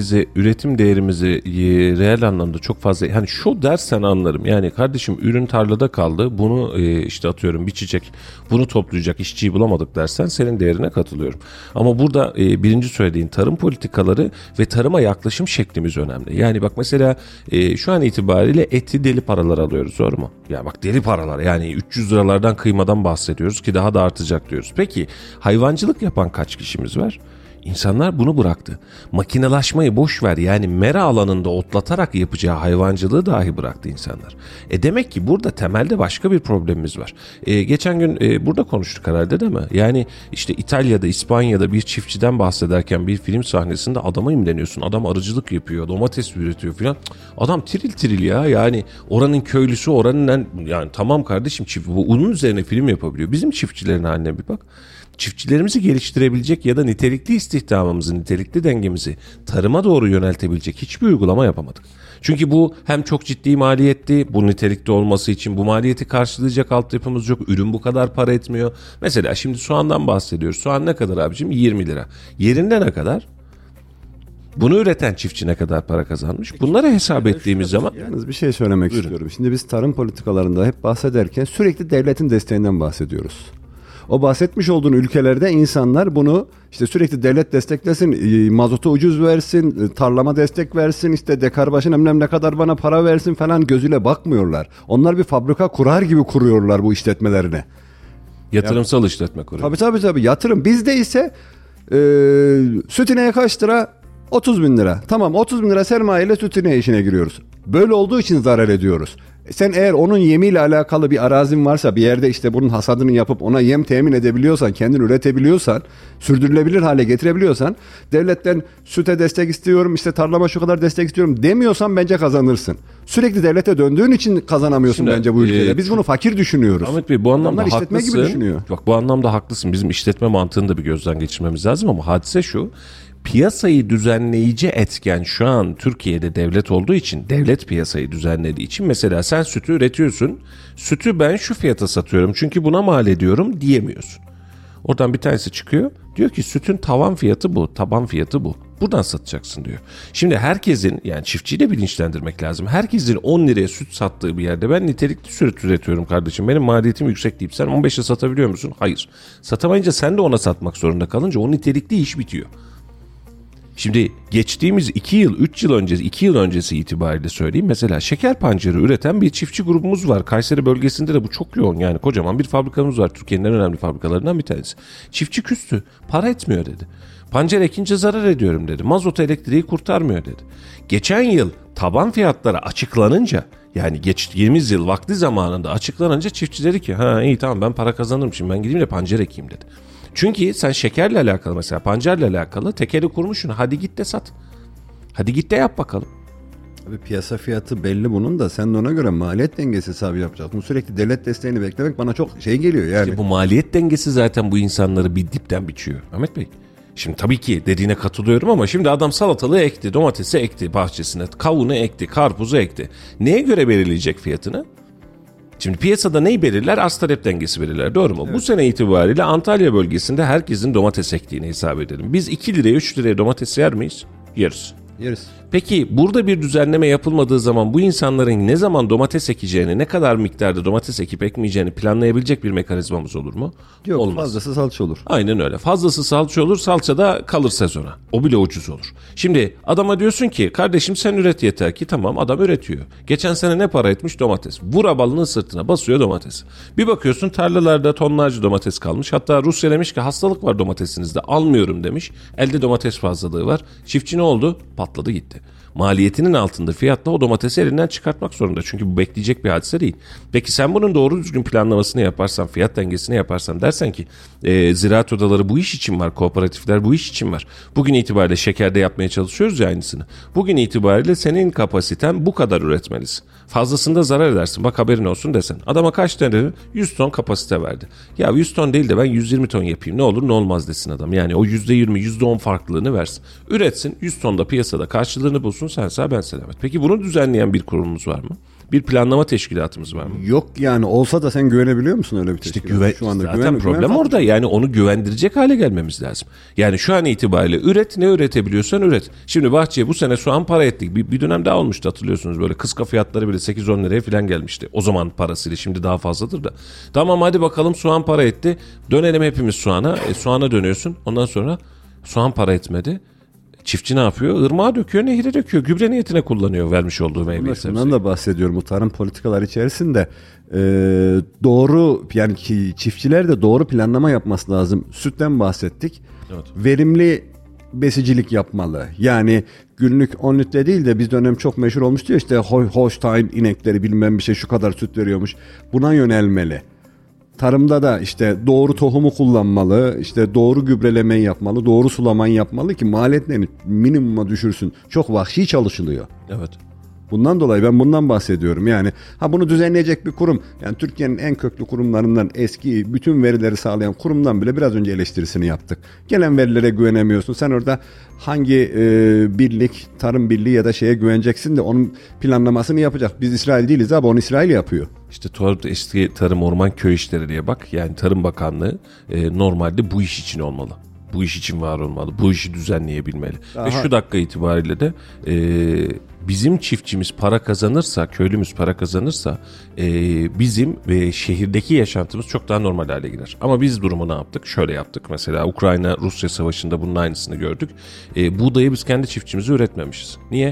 değerimizi reel anlamda çok fazla, hani şu dersen anlarım. Yani kardeşim, ürün tarlada kaldı. Bunu işte atıyorum biçecek. Bunu toplayacak işçiyi bulamadık dersen senin değerine katılıyorum. Ama burada birinci söylediğin tarım politikaları ve tarıma yaklaşım şeklimiz önemli. Yani bak mesela şu an itibariyle eti deli paralar alıyoruz, doğru mu? Ya bak, deli paralar, yani 300 liralardan kıymadan bahsediyoruz ki daha da artacak diyoruz. Peki hayvancılık yapan kaç kişimiz var? İnsanlar bunu bıraktı. Makinalaşmayı boş ver, yani mera alanında otlatarak yapacağı hayvancılığı dahi bıraktı insanlar. Demek ki burada temelde başka bir problemimiz var. Geçen gün burada konuştuk herhalde, değil mi? Yani işte İtalya'da, İspanya'da bir çiftçiden bahsederken bir film sahnesinde adama imreniyorsun. Adam arıcılık yapıyor, domates üretiyor falan. Adam tiril ya, yani oranın köylüsü, oranın yani tamam kardeşim, bunun üzerine film yapabiliyor. Bizim çiftçilerin haline bir bak. Çiftçilerimizi geliştirebilecek ya da nitelikli istihdamımızı, nitelikli dengemizi tarıma doğru yöneltebilecek hiçbir uygulama yapamadık. Çünkü bu hem çok ciddi maliyetli, bu nitelikli olması için bu maliyeti karşılayacak altyapımız yok. Ürün bu kadar para etmiyor. Mesela şimdi soğandan bahsediyoruz. Soğan ne kadar abicim? 20 lira. Yerinde ne kadar? Bunu üreten çiftçi ne kadar para kazanmış? Bunları hesap ettiğimiz zaman... Yalnız bir şey söylemek istiyorum. Şimdi biz tarım politikalarında hep bahsederken sürekli devletin desteğinden bahsediyoruz. O bahsetmiş olduğun ülkelerde insanlar bunu işte sürekli devlet desteklesin, mazotu ucuz versin, tarlama destek versin, işte dekar başına ne kadar bana para versin falan gözüyle bakmıyorlar. Onlar bir fabrika kurar gibi kuruyorlar bu işletmelerine. Yatırımsal işletme kuruyor. Tabii yatırım. Bizde ise süt ineğe kaç lira? 30 bin lira. Tamam, 30 bin lira sermayeyle süt ineği işine giriyoruz. Böyle olduğu için zarar ediyoruz. Sen eğer onun yemiyle alakalı bir arazin varsa, bir yerde işte bunun hasadını yapıp ona yem temin edebiliyorsan, kendin üretebiliyorsan, sürdürülebilir hale getirebiliyorsan, devletten süte destek istiyorum, işte tarlama şu kadar destek istiyorum demiyorsan bence kazanırsın. Sürekli devlete döndüğün için kazanamıyorsun şimdi, bence bu ülkede. Biz bunu fakir düşünüyoruz. Ahmet Bey, bu anlamda işletme haklısın. gibi düşünüyor. Bak, bu anlamda haklısın. Bizim işletme mantığını da bir gözden geçirmemiz lazım ama hadise şu. Piyasayı düzenleyici etken şu an Türkiye'de devlet olduğu için, devlet piyasayı düzenlediği için, mesela sen sütü üretiyorsun. Sütü ben şu fiyata satıyorum çünkü buna mal ediyorum diyemiyorsun. Oradan bir tanesi çıkıyor. Diyor ki sütün tavan fiyatı bu, taban fiyatı bu. Buradan satacaksın diyor. Şimdi herkesin, yani çiftçiyi de bilinçlendirmek lazım. Herkesin 10 liraya süt sattığı bir yerde ben nitelikli süt üretiyorum kardeşim, benim maliyetim yüksek deyip sen 15'e satabiliyor musun? Hayır. Satamayınca sen de ona satmak zorunda kalınca o nitelikli iş bitiyor. Şimdi geçtiğimiz 2 yıl, 3 yıl öncesi, 2 yıl öncesi itibariyle söyleyeyim. Mesela şeker pancarı üreten bir çiftçi grubumuz var. Kayseri bölgesinde de bu çok yoğun, yani kocaman bir fabrikamız var. Türkiye'nin en önemli fabrikalarından bir tanesi. Çiftçi küstü, para etmiyor dedi. Pancar ekince zarar ediyorum dedi. Mazot elektriği kurtarmıyor dedi. Geçen yıl taban fiyatları açıklanınca, yani geçtiğimiz yıl vakti zamanında açıklanınca çiftçi dedi ki ha iyi tamam ben para kazanırım, şimdi ben gideyim de pancar ekeyim dedi. Çünkü sen şekerle alakalı, mesela pancarla alakalı tekeli kurmuşsun, hadi git de sat. Hadi git de yap bakalım. Abi piyasa fiyatı belli bunun da, sen de ona göre maliyet dengesi hesabı yapacaksın. Sürekli devlet desteğini beklemek bana çok şey geliyor yani. İşte bu maliyet dengesi zaten bu insanları bir dipten biçiyor Ahmet Bey. Şimdi tabii ki dediğine katılıyorum ama şimdi adam salatalığı ekti, domatesi ekti bahçesine, kavunu ekti, karpuzu ekti. Neye göre belirleyecek fiyatını? Şimdi piyasada neyi belirler? Arz talep dengesi belirler. Doğru mu? Evet. Bu sene itibariyle Antalya bölgesinde herkesin domates ektiğini hesap edelim. Biz 2 liraya 3 liraya domates yer miyiz? Yeriz. Yeriz. Peki burada bir düzenleme yapılmadığı zaman bu insanların ne zaman domates ekeceğini, ne kadar miktarda domates ekip ekmeyeceğini planlayabilecek bir mekanizmamız olur mu? Yok, olmaz. Fazlası salça olur. Aynen öyle. Fazlası salça olur, salça da kalır sezona. O bile ucuz olur. Şimdi adama diyorsun ki kardeşim sen üret yeter ki, tamam, adam üretiyor. Geçen sene ne para etmiş? Domates. Vura balının sırtına basıyor domates. Bir bakıyorsun tarlalarda tonlarca domates kalmış. Hatta Rusya demiş ki hastalık var domatesinizde, almıyorum demiş. Elde domates fazlalığı var. Çiftçi ne oldu? Patladı gitti. Maliyetinin altında fiyatla o domatesi elinden çıkartmak zorunda. Çünkü bu bekleyecek bir hadise değil. Peki sen bunun doğru düzgün planlamasını yaparsan, fiyat dengesini yaparsan, dersen ki ziraat odaları bu iş için var, kooperatifler bu iş için var. Bugün itibariyle şekerde yapmaya çalışıyoruz ya aynısını. Bugün itibariyle senin kapasiten bu kadar üretmelisin. Fazlasında zarar edersin, bak haberin olsun desen. Adama kaç tane? 100 ton kapasite verdi. Ya 100 ton değil de ben 120 ton yapayım, ne olur ne olmaz desin adam. Yani o %20, %10 farklılığını versin. Üretsin, 100 tonda piyasada karşılığını bulsun, sen sağ ben selamet. Peki bunu düzenleyen bir kurumumuz var mı? Bir planlama teşkilatımız var mı? Yok yani, olsa da sen güvenebiliyor musun öyle bir teşkilata? Şu anda zaten problem orada. Yani onu güvendirecek hale gelmemiz lazım. Yani şu an itibariyle üret, ne üretebiliyorsan üret. Şimdi bahçeye bu sene soğan para ettik. Bir dönem daha olmuştu hatırlıyorsunuz, böyle kıska fiyatları bile 8-10 liraya falan gelmişti. O zaman parasıyla, şimdi daha fazladır da. Tamam hadi bakalım soğan para etti. Dönelim hepimiz soğana. Soğana dönüyorsun. Ondan sonra soğan para etmedi. Çiftçi ne yapıyor? Irmağa döküyor, nehire döküyor. Gübre niyetine kullanıyor vermiş olduğu meyveyi. Bundan da bahsediyorum. Bu tarım politikalar içerisinde doğru, yani ki çiftçiler de doğru planlama yapması lazım. Sütten bahsettik. Evet. Verimli besicilik yapmalı. Yani günlük 10 litre değil de bir dönem çok meşhur olmuştu ya, işte Holstein inekleri bilmem bir şey şu kadar süt veriyormuş. Buna yönelmeli. Tarımda da işte doğru tohumu kullanmalı, işte doğru gübrelemeyi yapmalı, doğru sulamayı yapmalı ki maliyetlerini minimuma düşürsün. Çok vahşi çalışılıyor. Evet. Bundan dolayı ben bundan bahsediyorum. Yani bunu düzenleyecek bir kurum, yani Türkiye'nin en köklü kurumlarından, eski bütün verileri sağlayan kurumdan bile biraz önce eleştirisini yaptık. Gelen verilere güvenemiyorsun. Sen orada hangi birlik, tarım birliği ya da şeye güveneceksin de onun planlamasını yapacak. Biz İsrail değiliz abi, onu İsrail yapıyor. İşte eski Tarım Orman Köy İşleri diye bak. Yani Tarım Bakanlığı normalde bu iş için olmalı. Bu iş için var olmalı. Bu işi düzenleyebilmeli. Ve şu dakika itibariyle de bizim çiftçimiz para kazanırsa, köylümüz para kazanırsa bizim ve şehirdeki yaşantımız çok daha normal hale gider. Ama biz durumu ne yaptık? Şöyle yaptık. Mesela Ukrayna-Rusya savaşında bunun aynısını gördük. Buğdayı biz kendi çiftçimize üretmemişiz. Niye?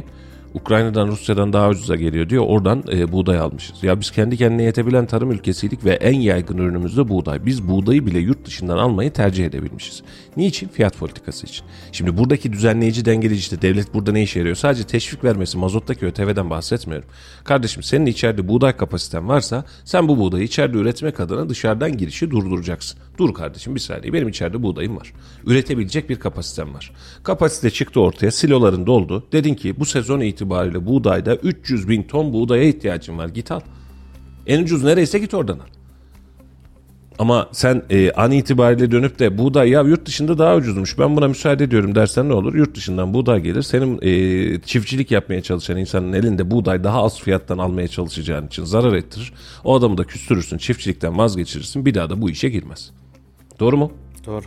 Ukrayna'dan, Rusya'dan daha ucuza geliyor diyor. Oradan buğday almışız. Ya biz kendi kendine yetebilen tarım ülkesiydik ve en yaygın ürünümüz de buğday. Biz buğdayı bile yurt dışından almayı tercih edebilmişiz. Niçin? Fiyat politikası için. Şimdi buradaki düzenleyici, dengeleyici, işte devlet burada ne işe yarıyor? Sadece teşvik vermesi, mazottaki ÖTV'den bahsetmiyorum. Kardeşim, senin içeride buğday kapasiten varsa sen bu buğdayı içeride üretmek adına dışarıdan girişi durduracaksın. Dur kardeşim, bir saniye, benim içeride buğdayım var. Üretebilecek bir kapasitem var. Kapasite çıktı ortaya, siloların doldu. Dedin ki bu sezon itibariyle buğdayda 300 bin ton buğdaya ihtiyacın var. Git al. En ucuz nereyse git oradan al. Ama sen an itibariyle dönüp de buğday ya yurt dışında daha ucuzmuş, ben buna müsaade ediyorum dersen ne olur? Yurt dışından buğday gelir. Senin çiftçilik yapmaya çalışan insanın elinde buğday daha az fiyattan almaya çalışacağın için zarar ettirir. O adamı da küstürürsün, çiftçilikten vazgeçirirsin. Bir daha da bu işe girmez. Doğru mu? Doğru.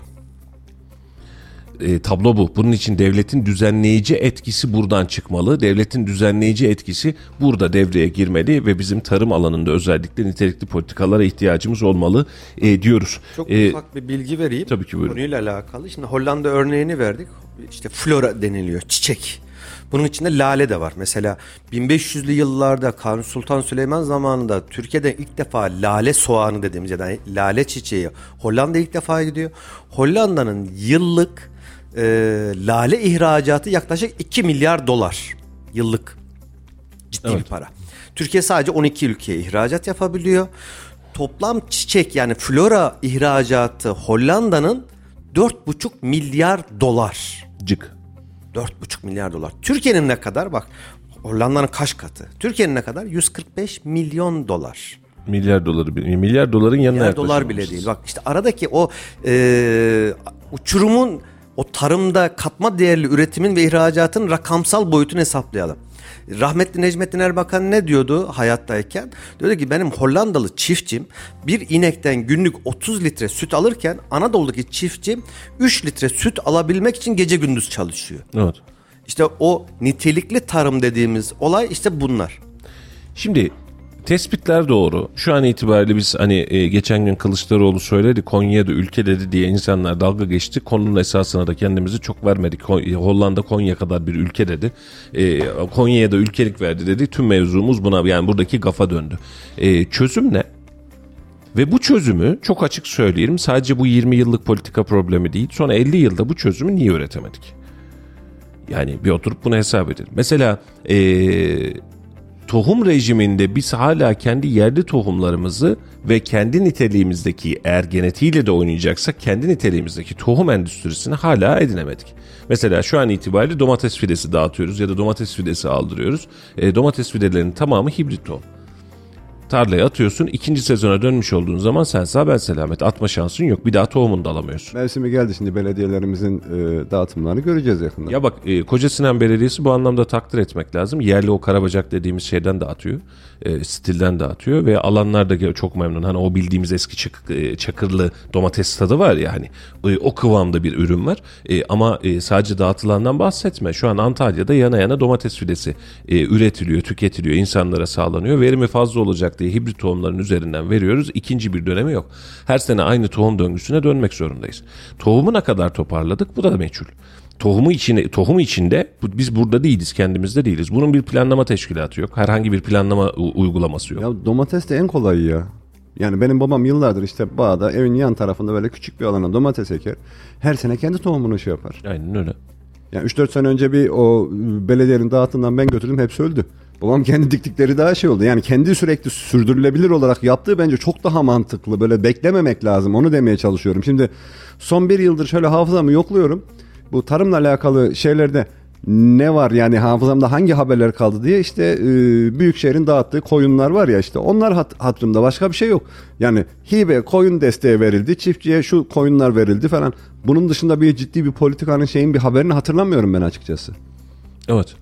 Tablo bu. Bunun için devletin düzenleyici etkisi buradan çıkmalı. Devletin düzenleyici etkisi burada devreye girmeli ve bizim tarım alanında özellikle nitelikli politikalara ihtiyacımız olmalı diyoruz. Çok ufak bir bilgi vereyim. Tabii ki, buyurun. Konuyla alakalı. Şimdi Hollanda örneğini verdik. İşte flora deniliyor. Çiçek. Bunun içinde lale de var. Mesela 1500'lü yıllarda Kanuni Sultan Süleyman zamanında Türkiye'de ilk defa lale soğanı dediğimiz yani lale çiçeği Hollanda'ya ilk defa gidiyor. Hollanda'nın yıllık lale ihracatı yaklaşık 2 milyar dolar yıllık. Ciddi bir para. Türkiye sadece 12 ülkeye ihracat yapabiliyor. Toplam çiçek yani flora ihracatı Hollanda'nın 4,5 milyar dolar. Cık. 4,5 milyar dolar. Türkiye'nin ne kadar? Bak, Hollanda'nın kaç katı? Türkiye'nin ne kadar? 145 milyon dolar. Milyar doların yanına Milyar dolar bile değil. Bak işte aradaki o uçurumun, o tarımda katma değerli üretimin ve ihracatın rakamsal boyutunu hesaplayalım. Rahmetli Necmettin Erbakan ne diyordu hayattayken? Diyordu ki benim Hollandalı çiftçim bir inekten günlük 30 litre süt alırken Anadolu'daki çiftçim 3 litre süt alabilmek için gece gündüz çalışıyor. Evet. İşte o nitelikli tarım dediğimiz olay işte bunlar. Şimdi tespitler doğru. Şu an itibariyle biz hani geçen gün Kılıçdaroğlu söyledi, Konya'da ülke dedi diye insanlar dalga geçti. Konunun esasına da kendimizi çok vermedik. Hollanda Konya kadar bir ülke dedi. Konya'ya da ülkelik verdi dedi. Tüm mevzumuz buna, yani buradaki gafa döndü. Çözüm ne? Ve bu çözümü çok açık söyleyelim, sadece bu 20 yıllık politika problemi değil. Son 50 yılda bu çözümü niye üretemedik? Yani bir oturup bunu hesap edelim. Mesela tohum rejiminde biz hala kendi yerli tohumlarımızı ve kendi niteliğimizdeki, eğer genetiğiyle de oynayacaksak kendi niteliğimizdeki tohum endüstrisini hala edinemedik. Mesela şu an itibariyle domates fidesi dağıtıyoruz ya da domates fidesi aldırıyoruz. Domates fidelerinin tamamı hibrit tohum. Tarlaya atıyorsun, ikinci sezona dönmüş olduğun zaman sen sağ ben selamet, atma şansın yok, bir daha tohumunu da alamıyorsun. Mevsimi geldi, şimdi belediyelerimizin dağıtımlarını göreceğiz yakında. Ya bak, Kocasinan Belediyesi bu anlamda takdir etmek lazım. Yerli o karabacak dediğimiz şeyden dağıtıyor, stilden dağıtıyor ve alanlar da çok memnun. Hani o bildiğimiz eski çakırlı domates tadı var ya, hani o kıvamda bir ürün var. Ama sadece dağıtılandan bahsetme. Şu an Antalya'da yana yana domates fidesi üretiliyor, tüketiliyor, insanlara sağlanıyor. Verimi fazla olacak diye hibrit tohumların üzerinden veriyoruz. İkinci bir dönemi yok. Her sene aynı tohum döngüsüne dönmek zorundayız. Tohumu ne kadar toparladık? Bu da meçhul. Tohumu içinde biz burada değiliz, kendimizde değiliz. Bunun bir planlama teşkilatı yok. Herhangi bir planlama uygulaması yok. Ya domates de en kolayı ya. Yani benim babam yıllardır işte bağda, evin yan tarafında böyle küçük bir alana domates eker. Her sene kendi tohumunu şey yapar. Aynen öyle. Yani 3-4 sene önce bir o belediyenin dağıtımından ben götürdüm, hepsi öldü. Babam kendi diktikleri daha şey oldu. Yani kendi sürekli sürdürülebilir olarak yaptığı bence çok daha mantıklı. Böyle beklememek lazım. Onu demeye çalışıyorum. Şimdi son bir yıldır şöyle hafızamı yokluyorum. Bu tarımla alakalı şeylerde ne var yani, hafızamda hangi haberler kaldı diye işte Büyükşehir'in dağıttığı koyunlar var ya, işte onlar hatırımda, başka bir şey yok. Yani hibe koyun desteği verildi, çiftçiye şu koyunlar verildi falan. Bunun dışında bir ciddi bir politikanın bir haberini hatırlamıyorum ben açıkçası. Evet.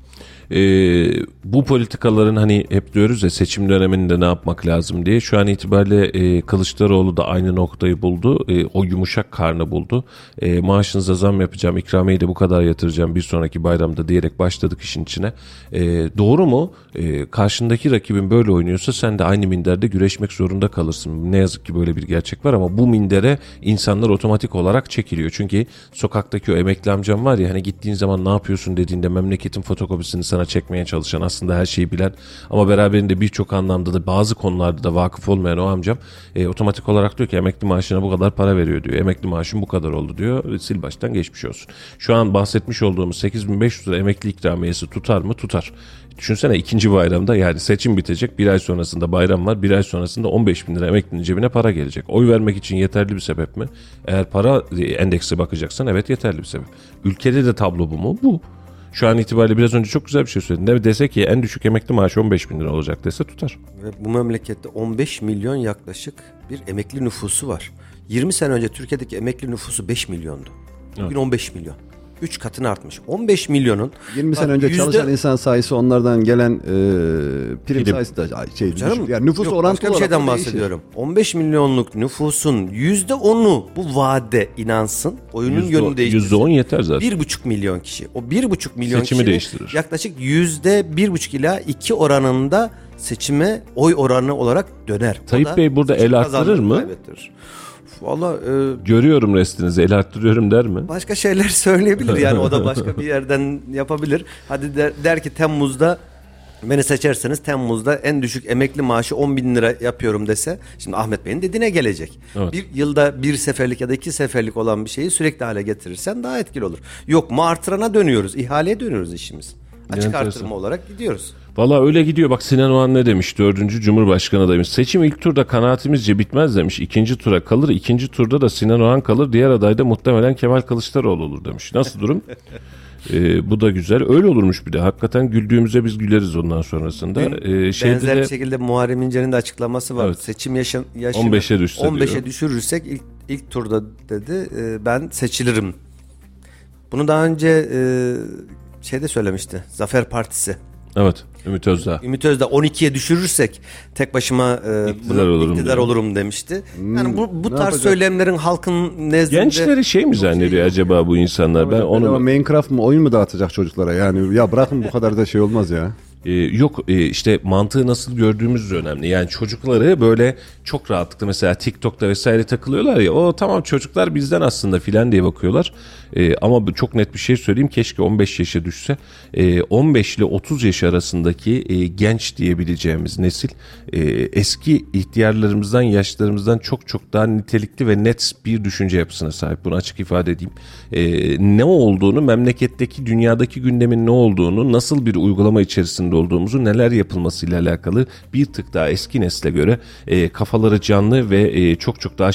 Bu politikaların hani hep diyoruz ya, seçim döneminde ne yapmak lazım diye. Şu an itibariyle Kılıçdaroğlu da aynı noktayı buldu. O yumuşak karnı buldu. Maaşınıza zam yapacağım, ikramiyeyi de bu kadar yatıracağım bir sonraki bayramda diyerek başladık işin içine. Doğru mu? Karşındaki rakibin böyle oynuyorsa sen de aynı minderde güreşmek zorunda kalırsın. Ne yazık ki böyle bir gerçek var ama bu mindere insanlar otomatik olarak çekiliyor. Çünkü sokaktaki o emekli amcam var ya, hani gittiğin zaman ne yapıyorsun dediğinde memleketin fotokopisini sana ayağına çekmeye çalışan, aslında her şeyi bilen ama beraberinde birçok anlamda da bazı konularda da vakıf olmayan o amcam otomatik olarak diyor ki emekli maaşına bu kadar para veriyor diyor. Emekli maaşım bu kadar oldu diyor. Sil baştan geçmiş olsun. Şu an bahsetmiş olduğumuz 8.500 lira emekli ikramiyesi tutar mı? Tutar. Düşünsene ikinci bayramda, yani seçim bitecek, bir ay sonrasında bayram var, bir ay sonrasında 15.000 lira emeklinin cebine para gelecek. Oy vermek için yeterli bir sebep mi? Eğer para endeksi bakacaksan evet yeterli bir sebep. Ülkede de tablo bu mu? Bu. Şu an itibariyle biraz önce çok güzel bir şey söyledin. Ne dese ki en düşük emekli maaşı 15.000 lira olacak dese tutar. Ve bu memlekette 15 milyon yaklaşık bir emekli nüfusu var. 20 sene önce Türkiye'deki emekli nüfusu 5 milyondu. Bugün 15 milyon. 3 katına artmış. 15 milyonun 20 sene önce çalışan insan sayısı, onlardan gelen prim sayısı da Canım, yani nüfus yok, orantılı başka bir olarak şeyden değişir. bahsediyorum. 15 milyonluk nüfusun %10'u bu vaade inansın. Oyunun yönünü değiştirsin. %10 yeter zaten. 1,5 milyon kişi. O 1,5 milyon Seçimi kişinin değiştirir. yaklaşık %1,5 ila 2 oranında seçime oy oranı olarak döner. Tayyip Bey burada el arttırır mı? Kaybettirir. Valla Görüyorum restinizi, el arttırıyorum der mi? başka şeyler söyleyebilir, yani o da başka bir yerden yapabilir. Hadi der ki Temmuz'da beni seçerseniz Temmuz'da en düşük emekli maaşı 10.000 lira yapıyorum dese, şimdi Ahmet Bey'in dediğine gelecek. Evet. Bir yılda bir seferlik ya da 2 seferlik olan bir şeyi sürekli hale getirirsen daha etkili olur. Yok mu artırana dönüyoruz, ihaleye dönüyoruz işimiz. Açık Enteresan. artırma olarak gidiyoruz. Valla öyle gidiyor. Bak Sinan Oğan ne demiş? 4. Cumhurbaşkanı demiş. Seçim ilk turda kanaatimizce bitmez demiş. İkinci tura kalır. İkinci turda da Sinan Oğan kalır. Diğer aday da muhtemelen Kemal Kılıçdaroğlu olur demiş. Nasıl durum? Bu da güzel. Öyle olurmuş bir de. Hakikaten güldüğümüzde biz güleriz ondan sonrasında. Benzer bir şekilde Muharrem İnce'nin de açıklaması var. Evet. Seçim yaşını 15'e düşse 15'e diyor. düşürürsek ilk turda dedi ben seçilirim. Bunu daha önce şeyde söylemişti. Zafer Partisi. Evet. Ümit Özdağ. Ümit Özdağ 12'ye düşürürsek tek başıma iktidar olurum demişti. Yani bu tarz yapacak? Söylemlerin halkın nezdinde... Gençleri şey mi zannediyor acaba bu insanlar? Ben onu Minecraft mı, oyun mu dağıtacak çocuklara? Yani ya bırakın, bu kadar da şey olmaz ya. Yok işte mantığı nasıl gördüğümüz de önemli. Yani çocukları böyle çok rahatlıkla mesela TikTok'ta vesaire takılıyorlar ya, o tamam çocuklar bizden aslında filan diye bakıyorlar. Ama çok net bir şey söyleyeyim, keşke 15 yaşa düşse. 15 ile 30 yaş arasındaki genç diyebileceğimiz nesil eski ihtiyarlarımızdan, yaşlarımızdan çok çok daha nitelikli ve net bir düşünce yapısına sahip. Bunu açık ifade edeyim. Ne olduğunu, memleketteki, dünyadaki gündemin ne olduğunu, nasıl bir uygulama içerisinde olduğumuzu, neler yapılmasıyla alakalı bir tık daha eski nesle göre kafaları canlı ve çok çok daha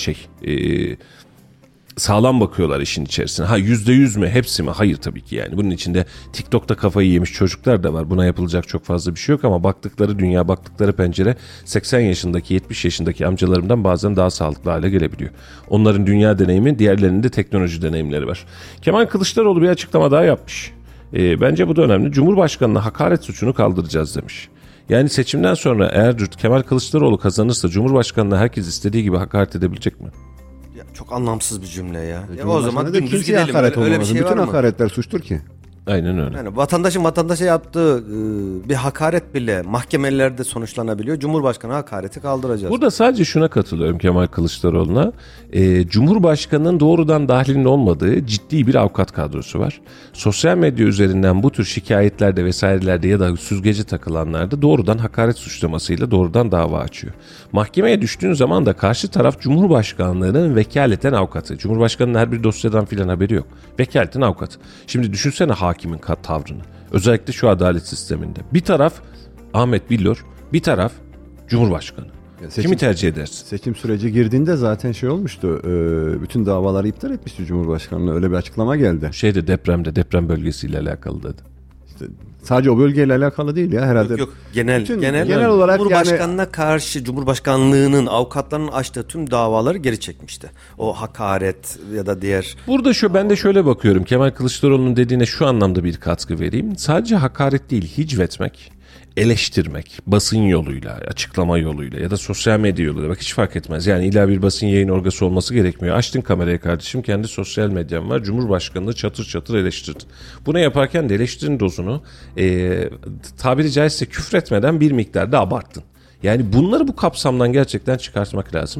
sağlam bakıyorlar işin içerisine. Ha %100 mü? Hepsi mi? Hayır tabii ki yani. Bunun içinde TikTok'ta kafayı yemiş çocuklar da var. Buna yapılacak çok fazla bir şey yok ama baktıkları dünya, baktıkları pencere 80 yaşındaki, 70 yaşındaki amcalarımdan bazen daha sağlıklı hale gelebiliyor. Onların dünya deneyimi, diğerlerinin de teknoloji deneyimleri var. Kemal Kılıçdaroğlu bir açıklama daha yapmış. Bence bu da önemli. Cumhurbaşkanına hakaret suçunu kaldıracağız demiş. Yani seçimden sonra eğer Kemal Kılıçdaroğlu kazanırsa Cumhurbaşkanına herkes istediği gibi hakaret edebilecek mi? Ya, çok anlamsız bir cümle ya. O zaman dümdüz gidelim. Öyle bir şey bütün hakaretler suçtur ki. Aynen öyle. Yani vatandaşın vatandaşa yaptığı bir hakaret bile mahkemelerde sonuçlanabiliyor. Cumhurbaşkanı hakareti kaldıracağız. Burada sadece şuna katılıyorum Kemal Kılıçdaroğlu'na. Cumhurbaşkanının doğrudan dahilinin olmadığı ciddi bir avukat kadrosu var. Sosyal medya üzerinden bu tür şikayetlerde vesairelerde ya da süzgece takılanlarda doğrudan hakaret suçlamasıyla doğrudan dava açıyor. Mahkemeye düştüğün zaman da karşı taraf Cumhurbaşkanlığının vekaleten avukatı. Cumhurbaşkanının her bir dosyadan filan haberi yok. Vekaleten avukat. Şimdi düşünsene hakimin tavrını. Özellikle şu adalet sisteminde. Bir taraf Ahmet Billur, bir taraf Cumhurbaşkanı. Kimi tercih edersin? Seçim süreci girdiğinde zaten şey olmuştu. Bütün davaları iptal etmişti Cumhurbaşkanlığı. Öyle bir açıklama geldi. Deprem bölgesiyle alakalı dedi. İşte sadece o bölgeyle alakalı değil ya herhalde. Yok. Genel olarak Cumhurbaşkanına karşı Cumhurbaşkanlığının avukatlarının açtığı tüm davaları geri çekmişti. O hakaret ya da diğer. Burada ben de şöyle bakıyorum. Kemal Kılıçdaroğlu'nun dediğine şu anlamda bir katkı vereyim. Sadece hakaret değil, hicvetmek, eleştirmek, basın yoluyla, açıklama yoluyla ya da sosyal medya yoluyla, bak hiç fark etmez. Yani illa bir basın yayın orgası olması gerekmiyor. Açtın kamerayı kardeşim, kendi sosyal medyam var. Cumhurbaşkanını çatır çatır eleştirdin. Bunu yaparken de eleştirin dozunu tabiri caizse küfretmeden bir miktarda abarttın. Yani bunları bu kapsamdan gerçekten çıkartmak lazım.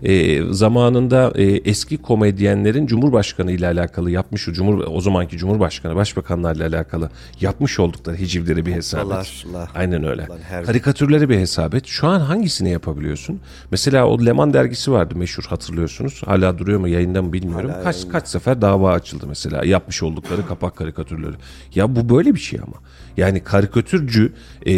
Zamanında eski komedyenlerin Cumhurbaşkanı ile alakalı yapmış, o zamanki Cumhurbaşkanı, başbakanlarla alakalı yapmış oldukları hicivleri bir hesap et. Aynen öyle. Karikatürleri bir hesap et. Şu an hangisini yapabiliyorsun? Mesela o Leman dergisi vardı meşhur, hatırlıyorsunuz. Hala duruyor mu, yayında mı bilmiyorum. Kaç sefer dava açıldı mesela yapmış oldukları kapak karikatürleri. Ya bu böyle bir şey ama. Yani karikatürcü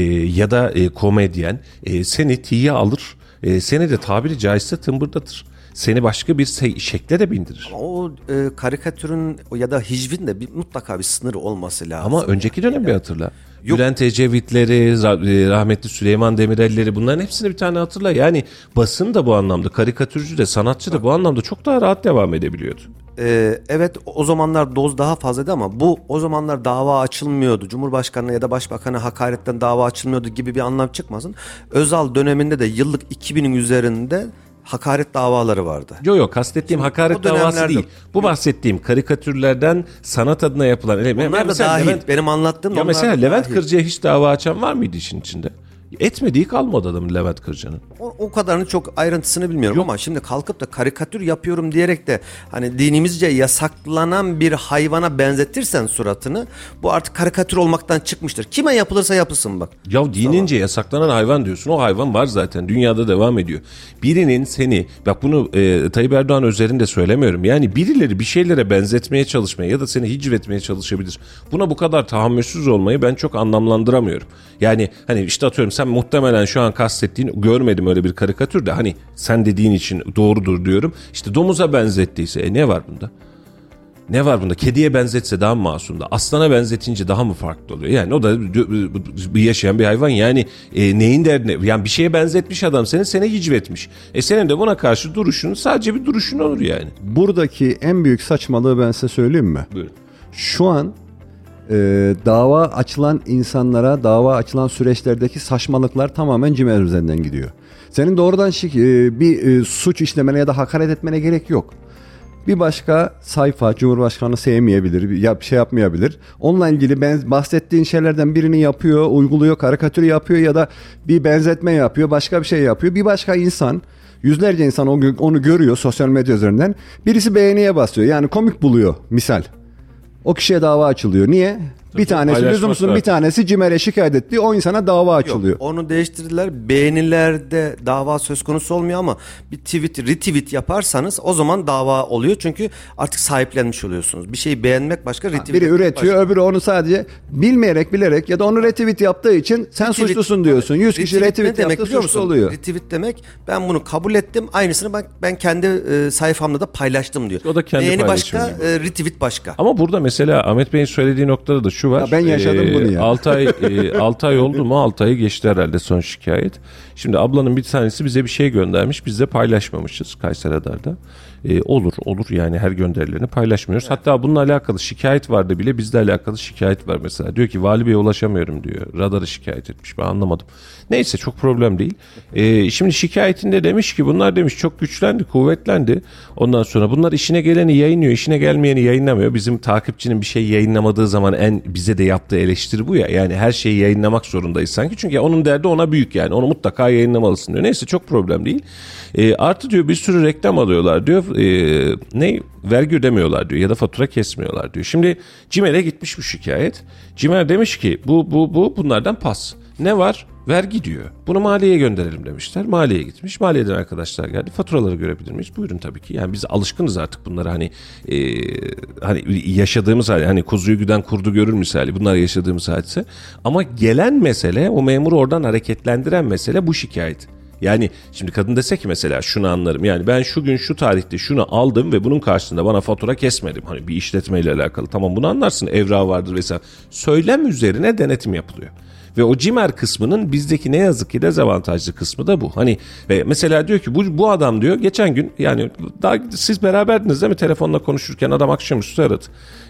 ya da komedyen seni tiye alır, seni de tabiri caizse tımbırdatır. Seni başka bir şekle de bindirir. Ama o karikatürün ya da hicvin de mutlaka bir sınırı olması lazım. Ama önceki dönemi bir hatırla. Bülent Ecevitleri, rahmetli Süleyman Demirel'leri, bunların hepsini bir tane hatırla. Yani basın da bu anlamda, karikatürcü de, sanatçı da bu anlamda çok daha rahat devam edebiliyordu. Evet, o zamanlar doz daha fazlaydı ama o zamanlar dava açılmıyordu. Cumhurbaşkanına ya da başbakana hakaretten dava açılmıyordu gibi bir anlam çıkmasın. Özal döneminde de yıllık 2000'in üzerinde hakaret davaları vardı. Yok kastettiğim hakaret davası değil. Bu bahsettiğim karikatürlerden sanat adına yapılan. Onlar da dahil. Benim anlattığım ya mesela Levent Kırca'ya hiç dava açan var mıydı işin içinde? Etmediği kalmadı adamın, Levent Kırca'nın. O kadarını çok ayrıntısını bilmiyorum ama şimdi kalkıp da karikatür yapıyorum diyerek de hani dinimizce yasaklanan bir hayvana benzetirsen suratını, bu artık karikatür olmaktan çıkmıştır. Kime yapılırsa yapılsın bak. Ya dinince yasaklanan hayvan diyorsun. O hayvan var zaten. Dünyada devam ediyor. Birinin seni, bak bunu Tayyip Erdoğan üzerinde söylemiyorum. Yani birileri bir şeylere benzetmeye çalışmaya ya da seni hicvetmeye çalışabilir. Buna bu kadar tahammülsüz olmayı ben çok anlamlandıramıyorum. Yani hani işte atıyorum, sen muhtemelen şu an kastettiğin, görmedim öyle bir karikatür de, hani sen dediğin için doğrudur diyorum. İşte domuza benzettiyse ne var bunda? Ne var bunda? Kediye benzetse daha mı masum da? Aslana benzetince daha mı farklı oluyor? Yani o da bir yaşayan bir hayvan. Yani neyin derdine? Yani bir şeye benzetmiş adam seni hicvetmiş. Senin de buna karşı duruşun sadece bir duruşun olur yani. Buradaki en büyük saçmalığı ben size söyleyeyim mi? Buyurun. Şu an dava açılan insanlara, dava açılan süreçlerdeki saçmalıklar tamamen CİMER üzerinden gidiyor. Senin doğrudan bir suç işlemene ya da hakaret etmene gerek yok. Bir başka sayfa Cumhurbaşkanı sevmeyebilir, bir şey yapmayabilir. Onunla ilgili bahsettiğin şeylerden birini yapıyor, uyguluyor, karikatür yapıyor ya da bir benzetme yapıyor, başka bir şey yapıyor. Bir başka insan, yüzlerce insan onu görüyor sosyal medya üzerinden. Birisi beğeniye basıyor, yani komik buluyor misal. O kişiye dava açılıyor. Niye? Bir tanesi lüzumsuz, bir tanesi CİMER'e şikayet etti. O insana dava açılıyor. Yok, onu değiştirdiler. Beğenilerde dava söz konusu olmuyor ama bir retweet yaparsanız o zaman dava oluyor. Çünkü artık sahiplenmiş oluyorsunuz. Bir şeyi beğenmek başka, retweet biri üretiyor, başka. öbürü onu sadece bilmeyerek, bilerek ya da onu retweet yaptığı için sen suçlusun diyorsun. 100 kişi retweet yaptı, suçlu oluyor. Retweet demek, ben bunu kabul ettim. Aynısını ben kendi sayfamda da paylaştım diyor. O da kendi beğeni başka, paylaşımı. retweet başka. Ama burada mesela Ahmet Bey'in söylediği noktada da şu var. Ya ben yaşadım bunu ya. 6 ay oldu mu? 6 ayı geçti herhalde son şikayet. Şimdi ablanın bir tanesi bize bir şey göndermiş. Biz de paylaşmamışız Kayseri Radar'da. Olur yani, her gönderilerini paylaşmıyoruz. Evet. Hatta bununla alakalı şikayet vardı bile, bizle alakalı şikayet var mesela. Diyor ki Vali Bey'e ulaşamıyorum diyor. Radar'ı şikayet etmiş, ben anlamadım. Neyse, çok problem değil. Şimdi şikayetinde demiş ki bunlar demiş çok güçlendi, kuvvetlendi. Ondan sonra bunlar işine geleni yayınlıyor, işine gelmeyeni yayınlamıyor. Bizim takipçinin bir şey yayınlamadığı zaman bize de yaptığı eleştiri bu ya. Yani her şeyi yayınlamak zorundayız sanki. Çünkü onun derdi ona büyük yani. Onu mutlaka yayınlamalısın diyor. Neyse, çok problem değil. Artı diyor bir sürü reklam alıyorlar diyor. Vergi ödemiyorlar diyor ya da fatura kesmiyorlar diyor. Şimdi CİMER'e gitmiş bu şikayet. CİMER demiş ki bunlardan pas. Ne var? Vergi diyor. Bunu maliyeye gönderelim demişler. Maliyeye gitmiş. Maliyeden arkadaşlar geldi. Faturaları görebilir miyiz? Buyurun tabii ki. Yani biz alışkınız artık bunlara, hani yaşadığımız hali, hani kuzuyu güden kurdu görür misali. Bunlar yaşadığımız hadise. Ama gelen mesele, o memuru oradan hareketlendiren mesele bu şikayet. Yani şimdi kadın dese ki mesela, şunu anlarım. Yani ben şu gün şu tarihte şunu aldım ve bunun karşılığında bana fatura kesmedim. Hani bir işletmeyle alakalı. Tamam, bunu anlarsın. Evrağı vardır vesaire. Söylem üzerine denetim yapılıyor. Ve o CİMER kısmının bizdeki ne yazık ki dezavantajlı kısmı da bu. Hani ve mesela diyor ki bu adam diyor geçen gün, yani daha siz beraberdiniz değil mi, telefonla konuşurken adam akşamüstü aradı.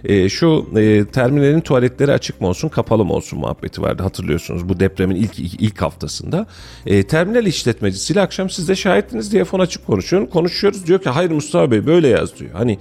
Terminalin tuvaletleri açık mı olsun, kapalı mı olsun muhabbeti vardı, hatırlıyorsunuz, bu depremin ilk haftasında. Terminal işletmecisiyle akşam siz de şahittiniz, telefon açık konuşuyoruz. Diyor ki hayır Mustafa Bey, böyle yaz diyor. Hani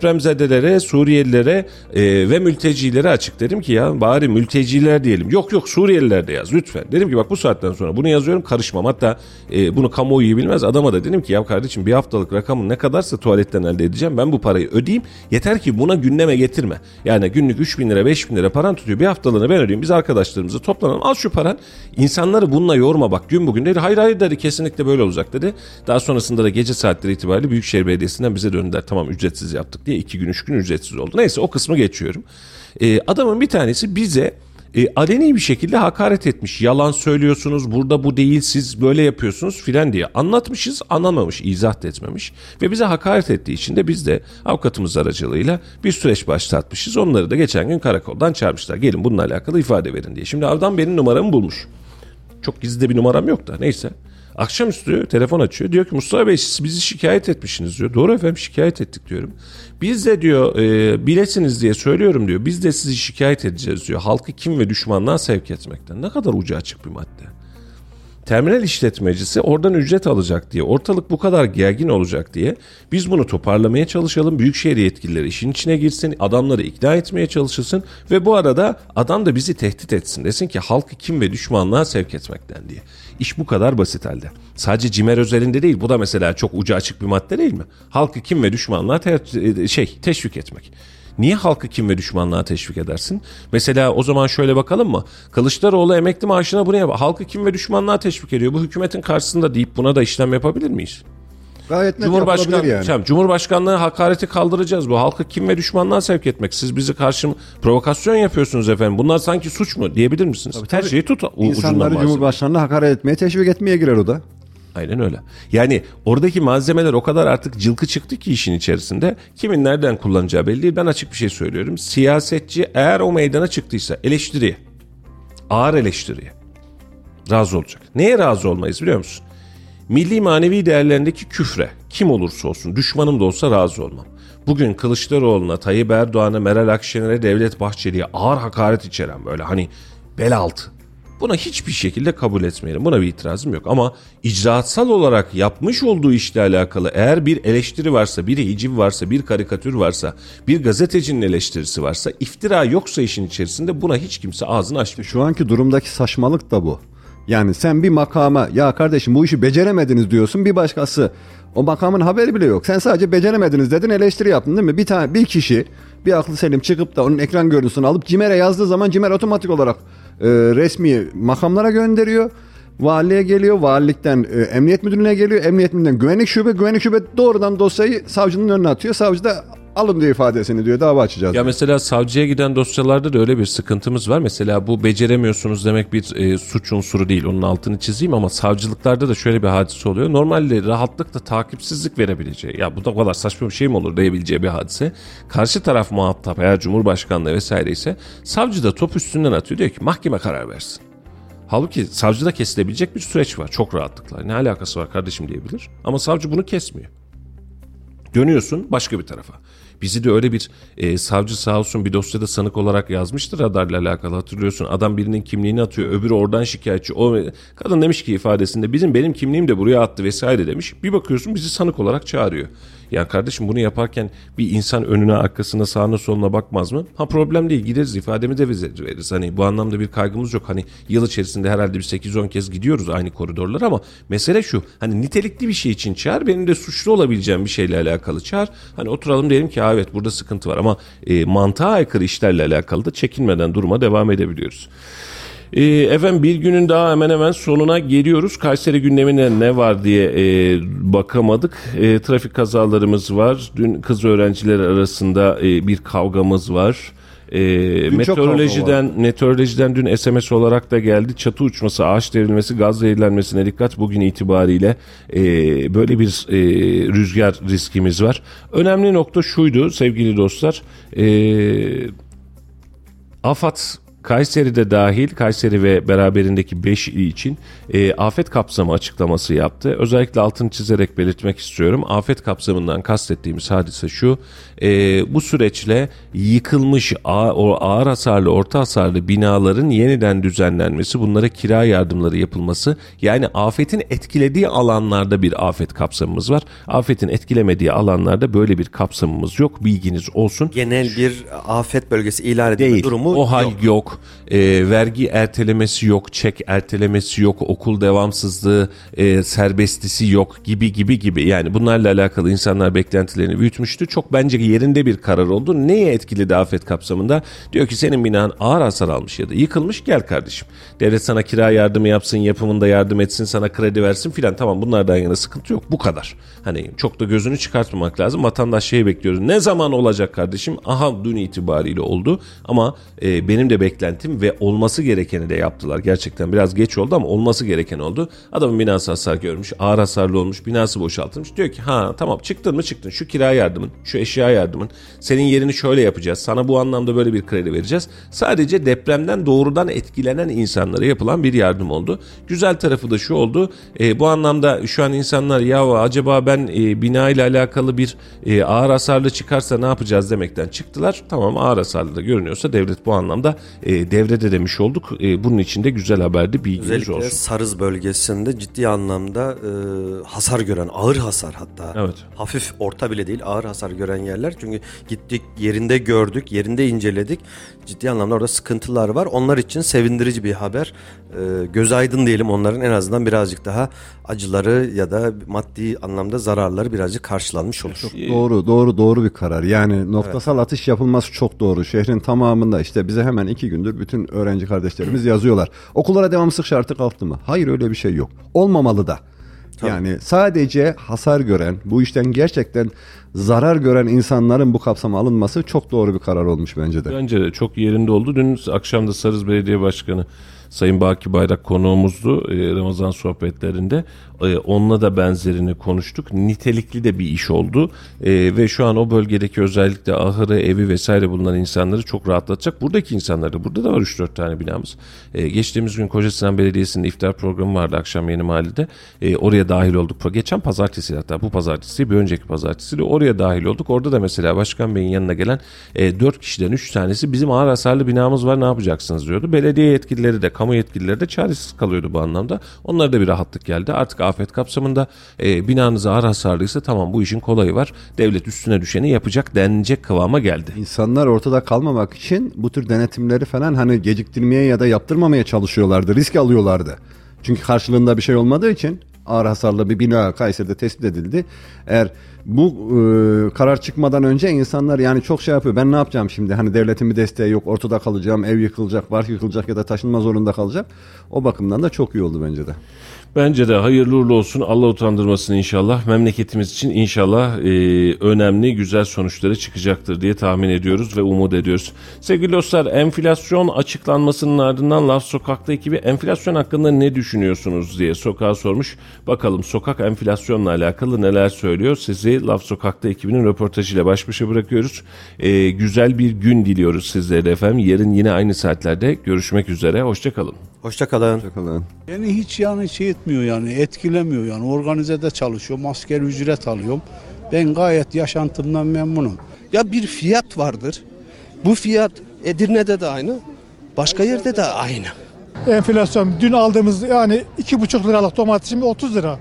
depremzedelere, Suriyelilere ve mültecilere açık. Dedim ki ya bari mülteciler diyelim. Yok Suriyeliler de yaz lütfen. Dedim ki bak bu saatten sonra bunu yazıyorum, karışmam. Hatta bunu kamuoyu bilmez, adama da dedim ki ya kardeşim bir haftalık rakamın ne kadarsa tuvaletten elde edeceğim, ben bu parayı ödeyeyim. Yeter ki buna gündeme getirme. Yani günlük 3.000 lira 5.000 lira paran tutuyor, bir haftalığını ben ödeyeyim, biz arkadaşlarımızı toplanalım, al şu paran, insanları bununla yorma bak gün bugün dedi. Hayır dedi, kesinlikle böyle olacak dedi. Daha sonrasında da gece saatleri itibariyle Büyükşehir Belediyesi'nden bize döndüler, tamam ücretsiz yaptık diye. 2 gün 3 gün ücretsiz oldu. Neyse o kısmı geçiyorum. Adamın bir tanesi bize aleni bir şekilde hakaret etmiş. Yalan söylüyorsunuz, burada bu değil, siz böyle yapıyorsunuz filan diye anlatmışız, anlamamış, izah da etmemiş ve bize hakaret ettiği için de biz de avukatımız aracılığıyla bir süreç başlatmışız. Onları da geçen gün karakoldan çağırmışlar. Gelin bununla alakalı ifade verin diye. Şimdi adam benim numaramı bulmuş. Çok gizli de bir numaram yok da neyse. Akşamüstü telefon açıyor. Diyor ki Mustafa Bey siz bizi şikayet etmişsiniz diyor. Doğru efendim, şikayet ettik diyorum. Biz de diyor bilesiniz diye söylüyorum diyor. Biz de sizi şikayet edeceğiz diyor. Halkı kin ve düşmanlığa sevk etmekten. Ne kadar ucu açık bir madde. Terminal işletmecisi oradan ücret alacak diye, ortalık bu kadar gergin olacak diye biz bunu toparlamaya çalışalım. Büyükşehir yetkilileri işin içine girsin, adamları ikna etmeye çalışılsın ve bu arada adam da bizi tehdit etsin. Desin ki halkı kin ve düşmanlığa sevk etmekten diye. İş bu kadar basit halde. Sadece CİMER özelinde değil, bu da mesela çok ucu açık bir madde değil mi? Halkı kin ve düşmanlığa teşvik etmek. Niye halkı kin ve düşmanlığa teşvik edersin? Mesela o zaman şöyle bakalım mı? Kılıçdaroğlu emekli maaşına bunu yap. Halkı kin ve düşmanlığa teşvik ediyor. Bu hükümetin karşısında deyip buna da işlem yapabilir miyiz? Gayet net yapılabilir yani. Cumhurbaşkanlığı hakareti kaldıracağız. Bu halkı kin ve düşmanlığa sevk etmek. Siz bizi karşı provokasyon yapıyorsunuz efendim. Bunlar sanki suç mu diyebilir misiniz? Tabii. Her şeyi tut. İnsanları Cumhurbaşkanlığı hakaret etmeye, teşvik etmeye girer o da. Aynen öyle. Yani oradaki malzemeler o kadar artık cılkı çıktı ki işin içerisinde. Kimin nereden kullanacağı belli değil. Ben açık bir şey söylüyorum. Siyasetçi eğer o meydana çıktıysa eleştiriye, ağır eleştiriye razı olacak. Neye razı olmayız biliyor musun? Milli manevi değerlerindeki küfre kim olursa olsun, düşmanım da olsa razı olmam. Bugün Kılıçdaroğlu'na, Tayyip Erdoğan'a, Meral Akşener'e, Devlet Bahçeli'ye ağır hakaret içeren böyle hani bel altı. Buna hiçbir şekilde kabul etmeyelim. Buna bir itirazım yok. Ama icraatsal olarak yapmış olduğu işle alakalı eğer bir eleştiri varsa, bir hiciv varsa, bir karikatür varsa, bir gazetecinin eleştirisi varsa, iftira yoksa işin içerisinde buna hiç kimse ağzını açmıyor. Şu anki durumdaki saçmalık da bu. Yani sen bir makama ya kardeşim bu işi beceremediniz diyorsun, bir başkası o makamın haberi bile yok. Sen sadece beceremediniz dedin, eleştiri yaptın değil mi? Bir kişi bir aklı selim çıkıp da onun ekran görüntüsünü alıp CİMER'e yazdığı zaman CİMER otomatik olarak resmi makamlara gönderiyor. Valiliğe geliyor, valilikten emniyet müdürlüğüne geliyor, emniyet müdürlüğünden güvenlik şube doğrudan dosyayı savcının önüne atıyor. Savcı da alın diyor ifadesini diyor, dava açacağız. Ya mesela savcıya giden dosyalarda da öyle bir sıkıntımız var. Mesela bu beceremiyorsunuz demek bir suç unsuru değil, onun altını çizeyim, ama savcılıklarda da şöyle bir hadise oluyor. Normalde rahatlıkla takipsizlik verebileceği, ya bu da kadar saçma bir şey mi olur diyebileceği bir hadise. Karşı taraf muhatap eğer Cumhurbaşkanlığı vesaire ise savcı da top üstünden atıyor, diyor ki mahkeme karar versin. Halbuki savcıda kesilebilecek bir süreç var çok rahatlıkla. Ne alakası var kardeşim diyebilir ama savcı bunu kesmiyor. Dönüyorsun başka bir tarafa. Bizi de öyle bir savcı sağ olsun bir dosyada sanık olarak yazmıştır radarla alakalı, hatırlıyorsun. Adam birinin kimliğini atıyor, öbürü oradan şikayetçi. O kadın demiş ki ifadesinde benim kimliğim de buraya attı vesaire demiş. Bir bakıyorsun bizi sanık olarak çağırıyor. Ya kardeşim bunu yaparken bir insan önüne arkasına sağına soluna bakmaz mı? Ha problem değil, gideriz ifademi de veririz. Hani bu anlamda bir kaygımız yok. Hani yıl içerisinde herhalde bir 8-10 kez gidiyoruz aynı koridorlara ama mesele şu. Hani nitelikli bir şey için çağır, benim de suçlu olabileceğim bir şeyle alakalı çağır. Hani oturalım diyelim ki evet burada sıkıntı var ama mantığa aykırı işlerle alakalı da çekinmeden duruma devam edebiliyoruz. Efendim bir günün daha hemen hemen sonuna geliyoruz. Kayseri gündemine ne var diye bakamadık. Trafik kazalarımız var. Dün kız öğrenciler arasında bir kavgamız var. Meteorolojiden dün SMS olarak da geldi. Çatı uçması, ağaç devrilmesi, gaz zehirlenmesine dikkat. Bugün itibariyle böyle bir rüzgar riskimiz var. Önemli nokta şuydu sevgili dostlar. AFAD Kayseri'de dahil, Kayseri ve beraberindeki 5 il için afet kapsamı açıklaması yaptı. Özellikle altını çizerek belirtmek istiyorum. Afet kapsamından kastettiğimiz hadise şu: bu süreçle yıkılmış ağır hasarlı, orta hasarlı binaların yeniden düzenlenmesi, bunlara kira yardımları yapılması, yani afetin etkilediği alanlarda bir afet kapsamımız var. Afetin etkilemediği alanlarda böyle bir kapsamımız yok. Bilginiz olsun. Genel bir afet bölgesi ilan edilme durumu o hal yok. yok, vergi ertelemesi yok, çek ertelemesi yok, okul devamsızlığı serbestisi yok gibi. Yani bunlarla alakalı insanlar beklentilerini büyütmüştü. Çok bence yerinde bir karar oldu. Neye etkiledi afet kapsamında? Diyor ki senin binan ağır hasar almış ya da yıkılmış, gel kardeşim. Devlet sana kira yardımı yapsın, yapımında yardım etsin, sana kredi versin filan. Tamam, bunlardan yana sıkıntı yok. Bu kadar. Hani çok da gözünü çıkartmamak lazım. Vatandaş şeyi bekliyoruz. Ne zaman olacak kardeşim? Aha, dün itibariyle oldu. Ama benim de beklentim ve olması gerekeni de yaptılar. Gerçekten biraz geç oldu ama olması gereken oldu. Adamın binası hasar görmüş, ağır hasarlı olmuş, binası boşaltılmış. Diyor ki ha tamam, çıktın mı çıktın. Şu kira yardımın, şu eşya yardımın, senin yerini şöyle yapacağız. Sana bu anlamda böyle bir kredi vereceğiz. Sadece depremden doğrudan etkilenen insanlara yapılan bir yardım oldu. Güzel tarafı da şu oldu. Bu anlamda şu an insanlar ya acaba ben bina ile alakalı bir ağır hasarlı çıkarsa ne yapacağız demekten çıktılar. Tamam, ağır hasarlı da görünüyorsa devlet bu anlamda devrede demiş olduk. Bunun için de güzel haberdi, bilginiz özellikle olsun. Sarız bölgesinde ciddi anlamda hasar gören, ağır hasar hatta. Evet. Hafif, orta bile değil, ağır hasar gören yerler. Çünkü gittik, yerinde gördük, yerinde inceledik. Ciddi anlamda orada sıkıntılar var. Onlar için sevindirici bir haber. Göz aydın diyelim, onların en azından birazcık daha acıları ya da maddi anlamda zararları birazcık karşılanmış olur. Çok doğru bir karar. Yani noktasal atış yapılması çok doğru. Şehrin tamamında işte bize hemen 2 gündür bütün öğrenci kardeşlerimiz yazıyorlar. Okullara devamsızlık şartı kalktı mı? Hayır, öyle bir şey yok. Olmamalı da. Tabii. Yani sadece hasar gören, bu işten gerçekten zarar gören insanların bu kapsama alınması çok doğru bir karar olmuş bence de. Bence de çok yerinde oldu. Dün akşam da Sarız Belediye Başkanı Sayın Baki Bayrak konuğumuzdu Ramazan sohbetlerinde. Onunla da benzerini konuştuk. Nitelikli de bir iş oldu. Ve şu an o bölgedeki özellikle ahırı, evi vesaire bulunan insanları çok rahatlatacak. Buradaki insanları, burada da var 3-4 tane binamız. Geçtiğimiz gün Kocasinan Belediyesi'nin iftar programı vardı akşam Yeni Mahalle'de. Oraya dahil olduk. Geçen pazartesi, hatta bu pazartesi, bir önceki pazartesi de oraya dahil olduk. Orada da mesela Başkan Bey'in yanına gelen 4 kişiden 3 tanesi bizim ağır hasarlı binamız var, ne yapacaksınız diyordu. Belediye yetkilileri de, kamu yetkilileri de çaresiz kalıyordu bu anlamda. Onlara da bir rahatlık geldi. Artık afet kapsamında binanız ağır hasarlıysa tamam, bu işin kolayı var. Devlet üstüne düşeni yapacak denilecek kıvama geldi. İnsanlar ortada kalmamak için bu tür denetimleri falan hani geciktirmeye ya da yaptırmamaya çalışıyorlardı. Risk alıyorlardı. Çünkü karşılığında bir şey olmadığı için ağır hasarlı bir bina Kayseri'de tespit edildi. Eğer bu karar çıkmadan önce insanlar yani çok şey yapıyor. Ben ne yapacağım şimdi? Hani devletin bir desteği yok. Ortada kalacağım. Ev yıkılacak, bark yıkılacak ya da taşınma zorunda kalacak. O bakımdan da çok iyi oldu bence de. Bence de hayırlı uğurlu olsun. Allah utandırmasın inşallah. Memleketimiz için inşallah önemli, güzel sonuçları çıkacaktır diye tahmin ediyoruz ve umut ediyoruz. Sevgili dostlar, enflasyon açıklanmasının ardından Laf Sokak'ta ekibi enflasyon hakkında ne düşünüyorsunuz diye sokağa sormuş. Bakalım sokak enflasyonla alakalı neler söylüyor. Sizi Laf Sokak'ta ekibinin röportajıyla baş başa bırakıyoruz. Güzel bir gün diliyoruz sizlere de efendim. Yarın yine aynı saatlerde görüşmek üzere. Hoşçakalın. Hoşçakalın. Beni hiç yani şey etmiyor, yani etkilemiyor, yani organizede çalışıyorum, asker ücret alıyorum. Ben gayet yaşantımdan memnunum. Ya bir fiyat vardır. Bu fiyat Edirne'de de aynı, başka yerde de aynı. Enflasyon dün aldığımız yani 2,5 liralık domates şimdi 30 lira.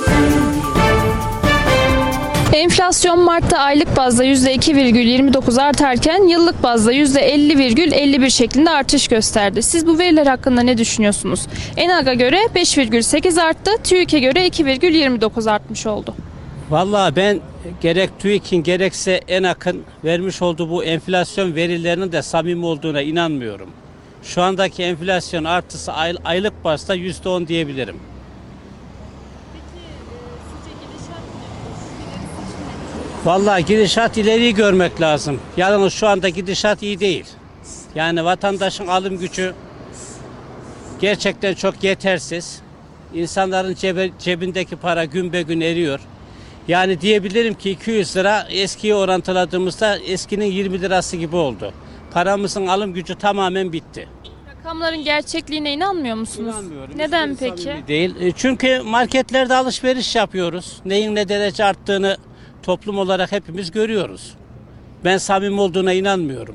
Enflasyon Mart'ta aylık bazda %2,29 artarken yıllık bazda %50,51 şeklinde artış gösterdi. Siz bu veriler hakkında ne düşünüyorsunuz? ENAG'a göre 5,8 arttı, TÜİK'e göre 2,29 artmış oldu. Vallahi ben gerek TÜİK'in gerekse ENAG'ın vermiş olduğu bu enflasyon verilerinin de samimi olduğuna inanmıyorum. Şu andaki enflasyon artısı aylık bazda %10 diyebilirim. Vallahi gidişat ileriyi görmek lazım. Yalnız şu anda gidişat iyi değil. Yani vatandaşın alım gücü gerçekten çok yetersiz. İnsanların cebindeki para gün be gün eriyor. Yani diyebilirim ki 200 lira eskiye orantıladığımızda eskinin 20 lirası gibi oldu. Paramızın alım gücü tamamen bitti. Rakamların gerçekliğine inanmıyor musunuz? İnanmıyorum. Neden peki? Değil. Çünkü marketlerde alışveriş yapıyoruz. Neyin ne derece arttığını toplum olarak hepimiz görüyoruz. Ben samimi olduğuna inanmıyorum.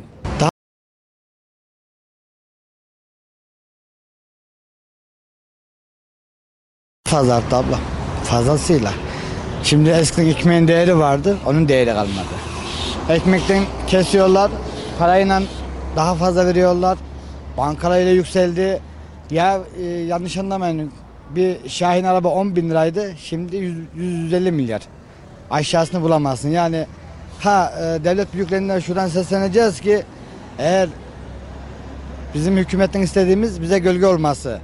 Fazla arttı abla. Fazlasıyla. Şimdi eskiden ekmeğin değeri vardı, onun değeri kalmadı. Ekmekten kesiyorlar, parayla daha fazla veriyorlar. Bankalarıyla yükseldi. Ya yanlış anlamayın. Bir Şahin araba 10 bin liraydı. Şimdi 150 milyar. Aşağısını bulamazsın. Yani devlet büyüklerinden şuradan sesleneceğiz ki eğer bizim hükümetten istediğimiz bize gölge olması,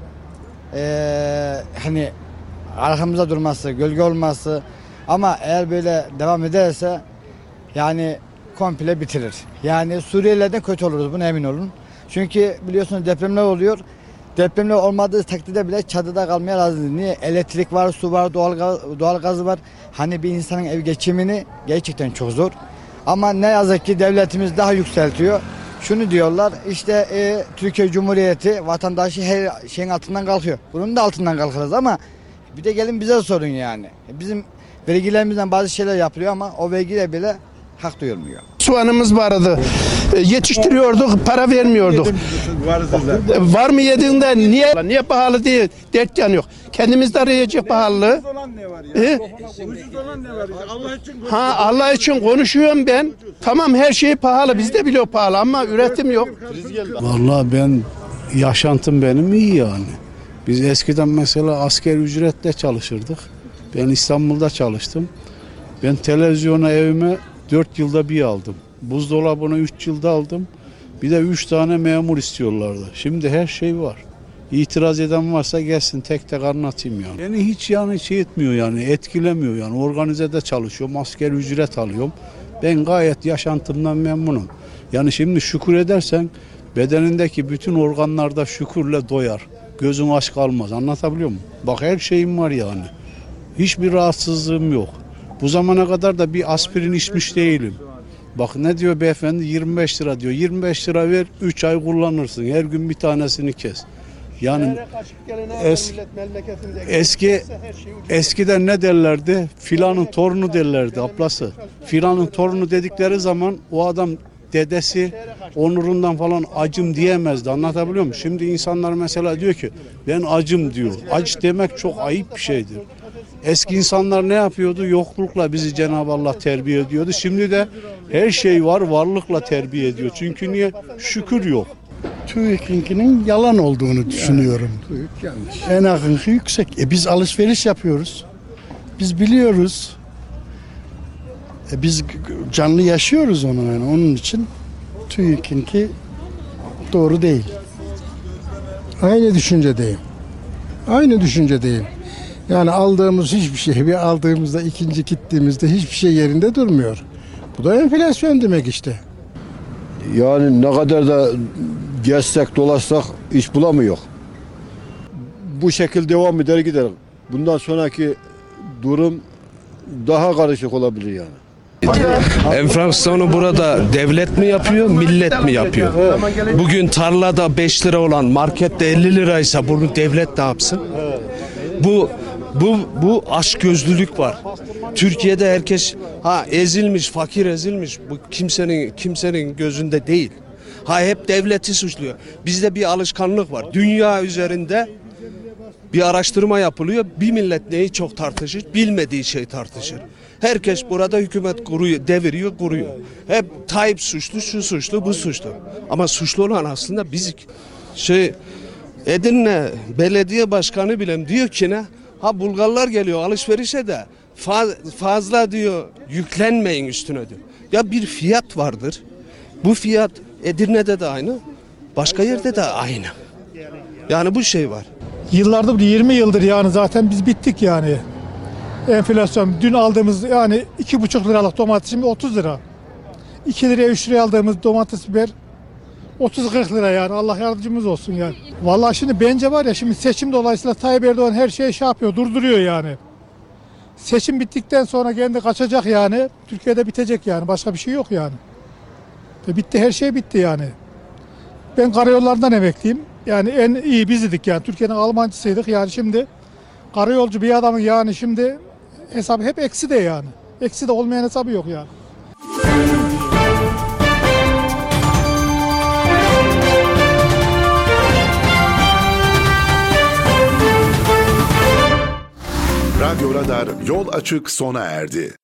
hani arkamızda durması, gölge olması, ama eğer böyle devam ederse yani komple bitirir. Yani Suriyelilerden kötü oluruz, buna emin olun. Çünkü biliyorsunuz depremler oluyor. Depremler olmadığı takdirde bile çadırda kalmaya razı. Niye? Elektrik var, su var, doğalgaz var. Hani bir insanın ev geçimini gerçekten çok zor. Ama ne yazık ki devletimiz daha yükseltiyor. Şunu diyorlar işte Türkiye Cumhuriyeti vatandaşı her şeyin altından kalkıyor. Bunun da altından kalkarız ama bir de gelin bize sorun yani. Bizim vergilerimizden bazı şeyler yapılıyor ama o vergiyle bile hak duyulmuyor. Soğanımız vardı. Yetiştiriyorduk, para vermiyorduk. Var mı yediğinde niye pahalı değil? Dert yanıyor. Kendimiz de arayacak pahalılığı. Ucuz olan ne var ya? Ucuz olan ne var? Allah için Allah için konuşuyorum ben. Tamam, her şey pahalı. Biz de biliyor pahalı ama üretim yok. Vallahi ben yaşantım benim iyi yani. Biz eskiden mesela asgari ücretle çalışırdık. Ben İstanbul'da çalıştım. Ben televizyona evime 4 yılda bir aldım. Buzdolabını 3 yılda aldım. Bir de 3 tane memur istiyorlardı. Şimdi her şey var. İtiraz eden varsa gelsin, tek tek anlatayım yani. Beni hiç yani etmiyor yani, etkilemiyor yani. Organizede çalışıyorum, asgari ücret alıyorum. Ben gayet yaşantımdan memnunum. Yani şimdi şükür edersen bedenindeki bütün organlarda şükürle doyar. Gözün aç kalmaz. Anlatabiliyor muyum? Bak her şeyim var yani. Hiçbir rahatsızlığım yok. Bu zamana kadar da bir aspirin içmiş değilim. Bak ne diyor beyefendi, 25 lira diyor. 25 lira ver, 3 ay kullanırsın. Her gün bir tanesini kes. Yani eskiden ne derlerdi? Filanın torunu derlerdi ablası. Filanın torunu dedikleri zaman o adam dedesi onurundan falan acım diyemezdi. Anlatabiliyor muyum? Şimdi insanlar mesela diyor ki ben acım diyor. Acı demek çok ayıp bir şeydir. Eski insanlar ne yapıyordu? Yoklukla bizi Cenab-ı Allah terbiye ediyordu. Şimdi de her şey var, varlıkla terbiye ediyor. Çünkü niye? Şükür yok. TÜİK'inkinin yalan olduğunu düşünüyorum. TÜİK yanlış. En akıncı yüksek. Biz alışveriş yapıyoruz. Biz biliyoruz. Biz canlı yaşıyoruz onu yani. Onun için TÜİK'inki doğru değil. Aynı düşüncedeyim. Aynı düşüncedeyim. Yani aldığımız hiçbir şey, bir aldığımızda ikinci gittiğimizde hiçbir şey yerinde durmuyor. Bu da enflasyon demek işte. Yani ne kadar da gezsek dolaşsak iş bulamıyor. Bu şekilde devam eder gider. Bundan sonraki durum daha karışık olabilir yani. Enflasyonu burada devlet mi yapıyor, millet mi yapıyor? Bugün tarlada 5 lira olan markette 50 liraysa bunu devlet ne yapsın? Bu açgözlülük var. Türkiye'de herkes ezilmiş, fakir ezilmiş. Bu kimsenin gözünde değil. Hep devleti suçluyor. Bizde bir alışkanlık var. Dünya üzerinde bir araştırma yapılıyor. Bir millet neyi çok tartışır? Bilmediği şey tartışır. Herkes burada hükümet kuruyor, deviriyor, kuruyor. Hep Tayyip suçlu, şu suçlu, bu suçlu. Ama suçlu olan aslında biz. Edirne belediye başkanı bile diyor ki ne? Bulgarlar geliyor alışverişe de fazla diyor yüklenmeyin üstüne diyor. Ya bir fiyat vardır. Bu fiyat Edirne'de de aynı, başka yerde de aynı. Yani bu şey var. Yıllardır 20 yıldır yani zaten biz bittik yani. Enflasyon dün aldığımız yani 2,5 liralık domates şimdi 30 lira. 2 liraya 3 liraya aldığımız domates biber 30-40 lira yani, Allah yardımcımız olsun yani. Vallahi şimdi bence var ya, şimdi seçim dolayısıyla Tayyip Erdoğan her şeyi yapıyor, durduruyor yani. Seçim bittikten sonra kendi kaçacak yani. Türkiye'de bitecek yani, başka bir şey yok yani. Bitti, her şey bitti yani. Ben karayollarından emekliyim. Yani en iyi bizdik yani, Türkiye'nin Almancısıydık yani. Şimdi karayolcu bir adamın yani şimdi hesabı hep eksi de yani. Eksi de olmayan hesabı yok yani. Radyo Radar yol açık sona erdi.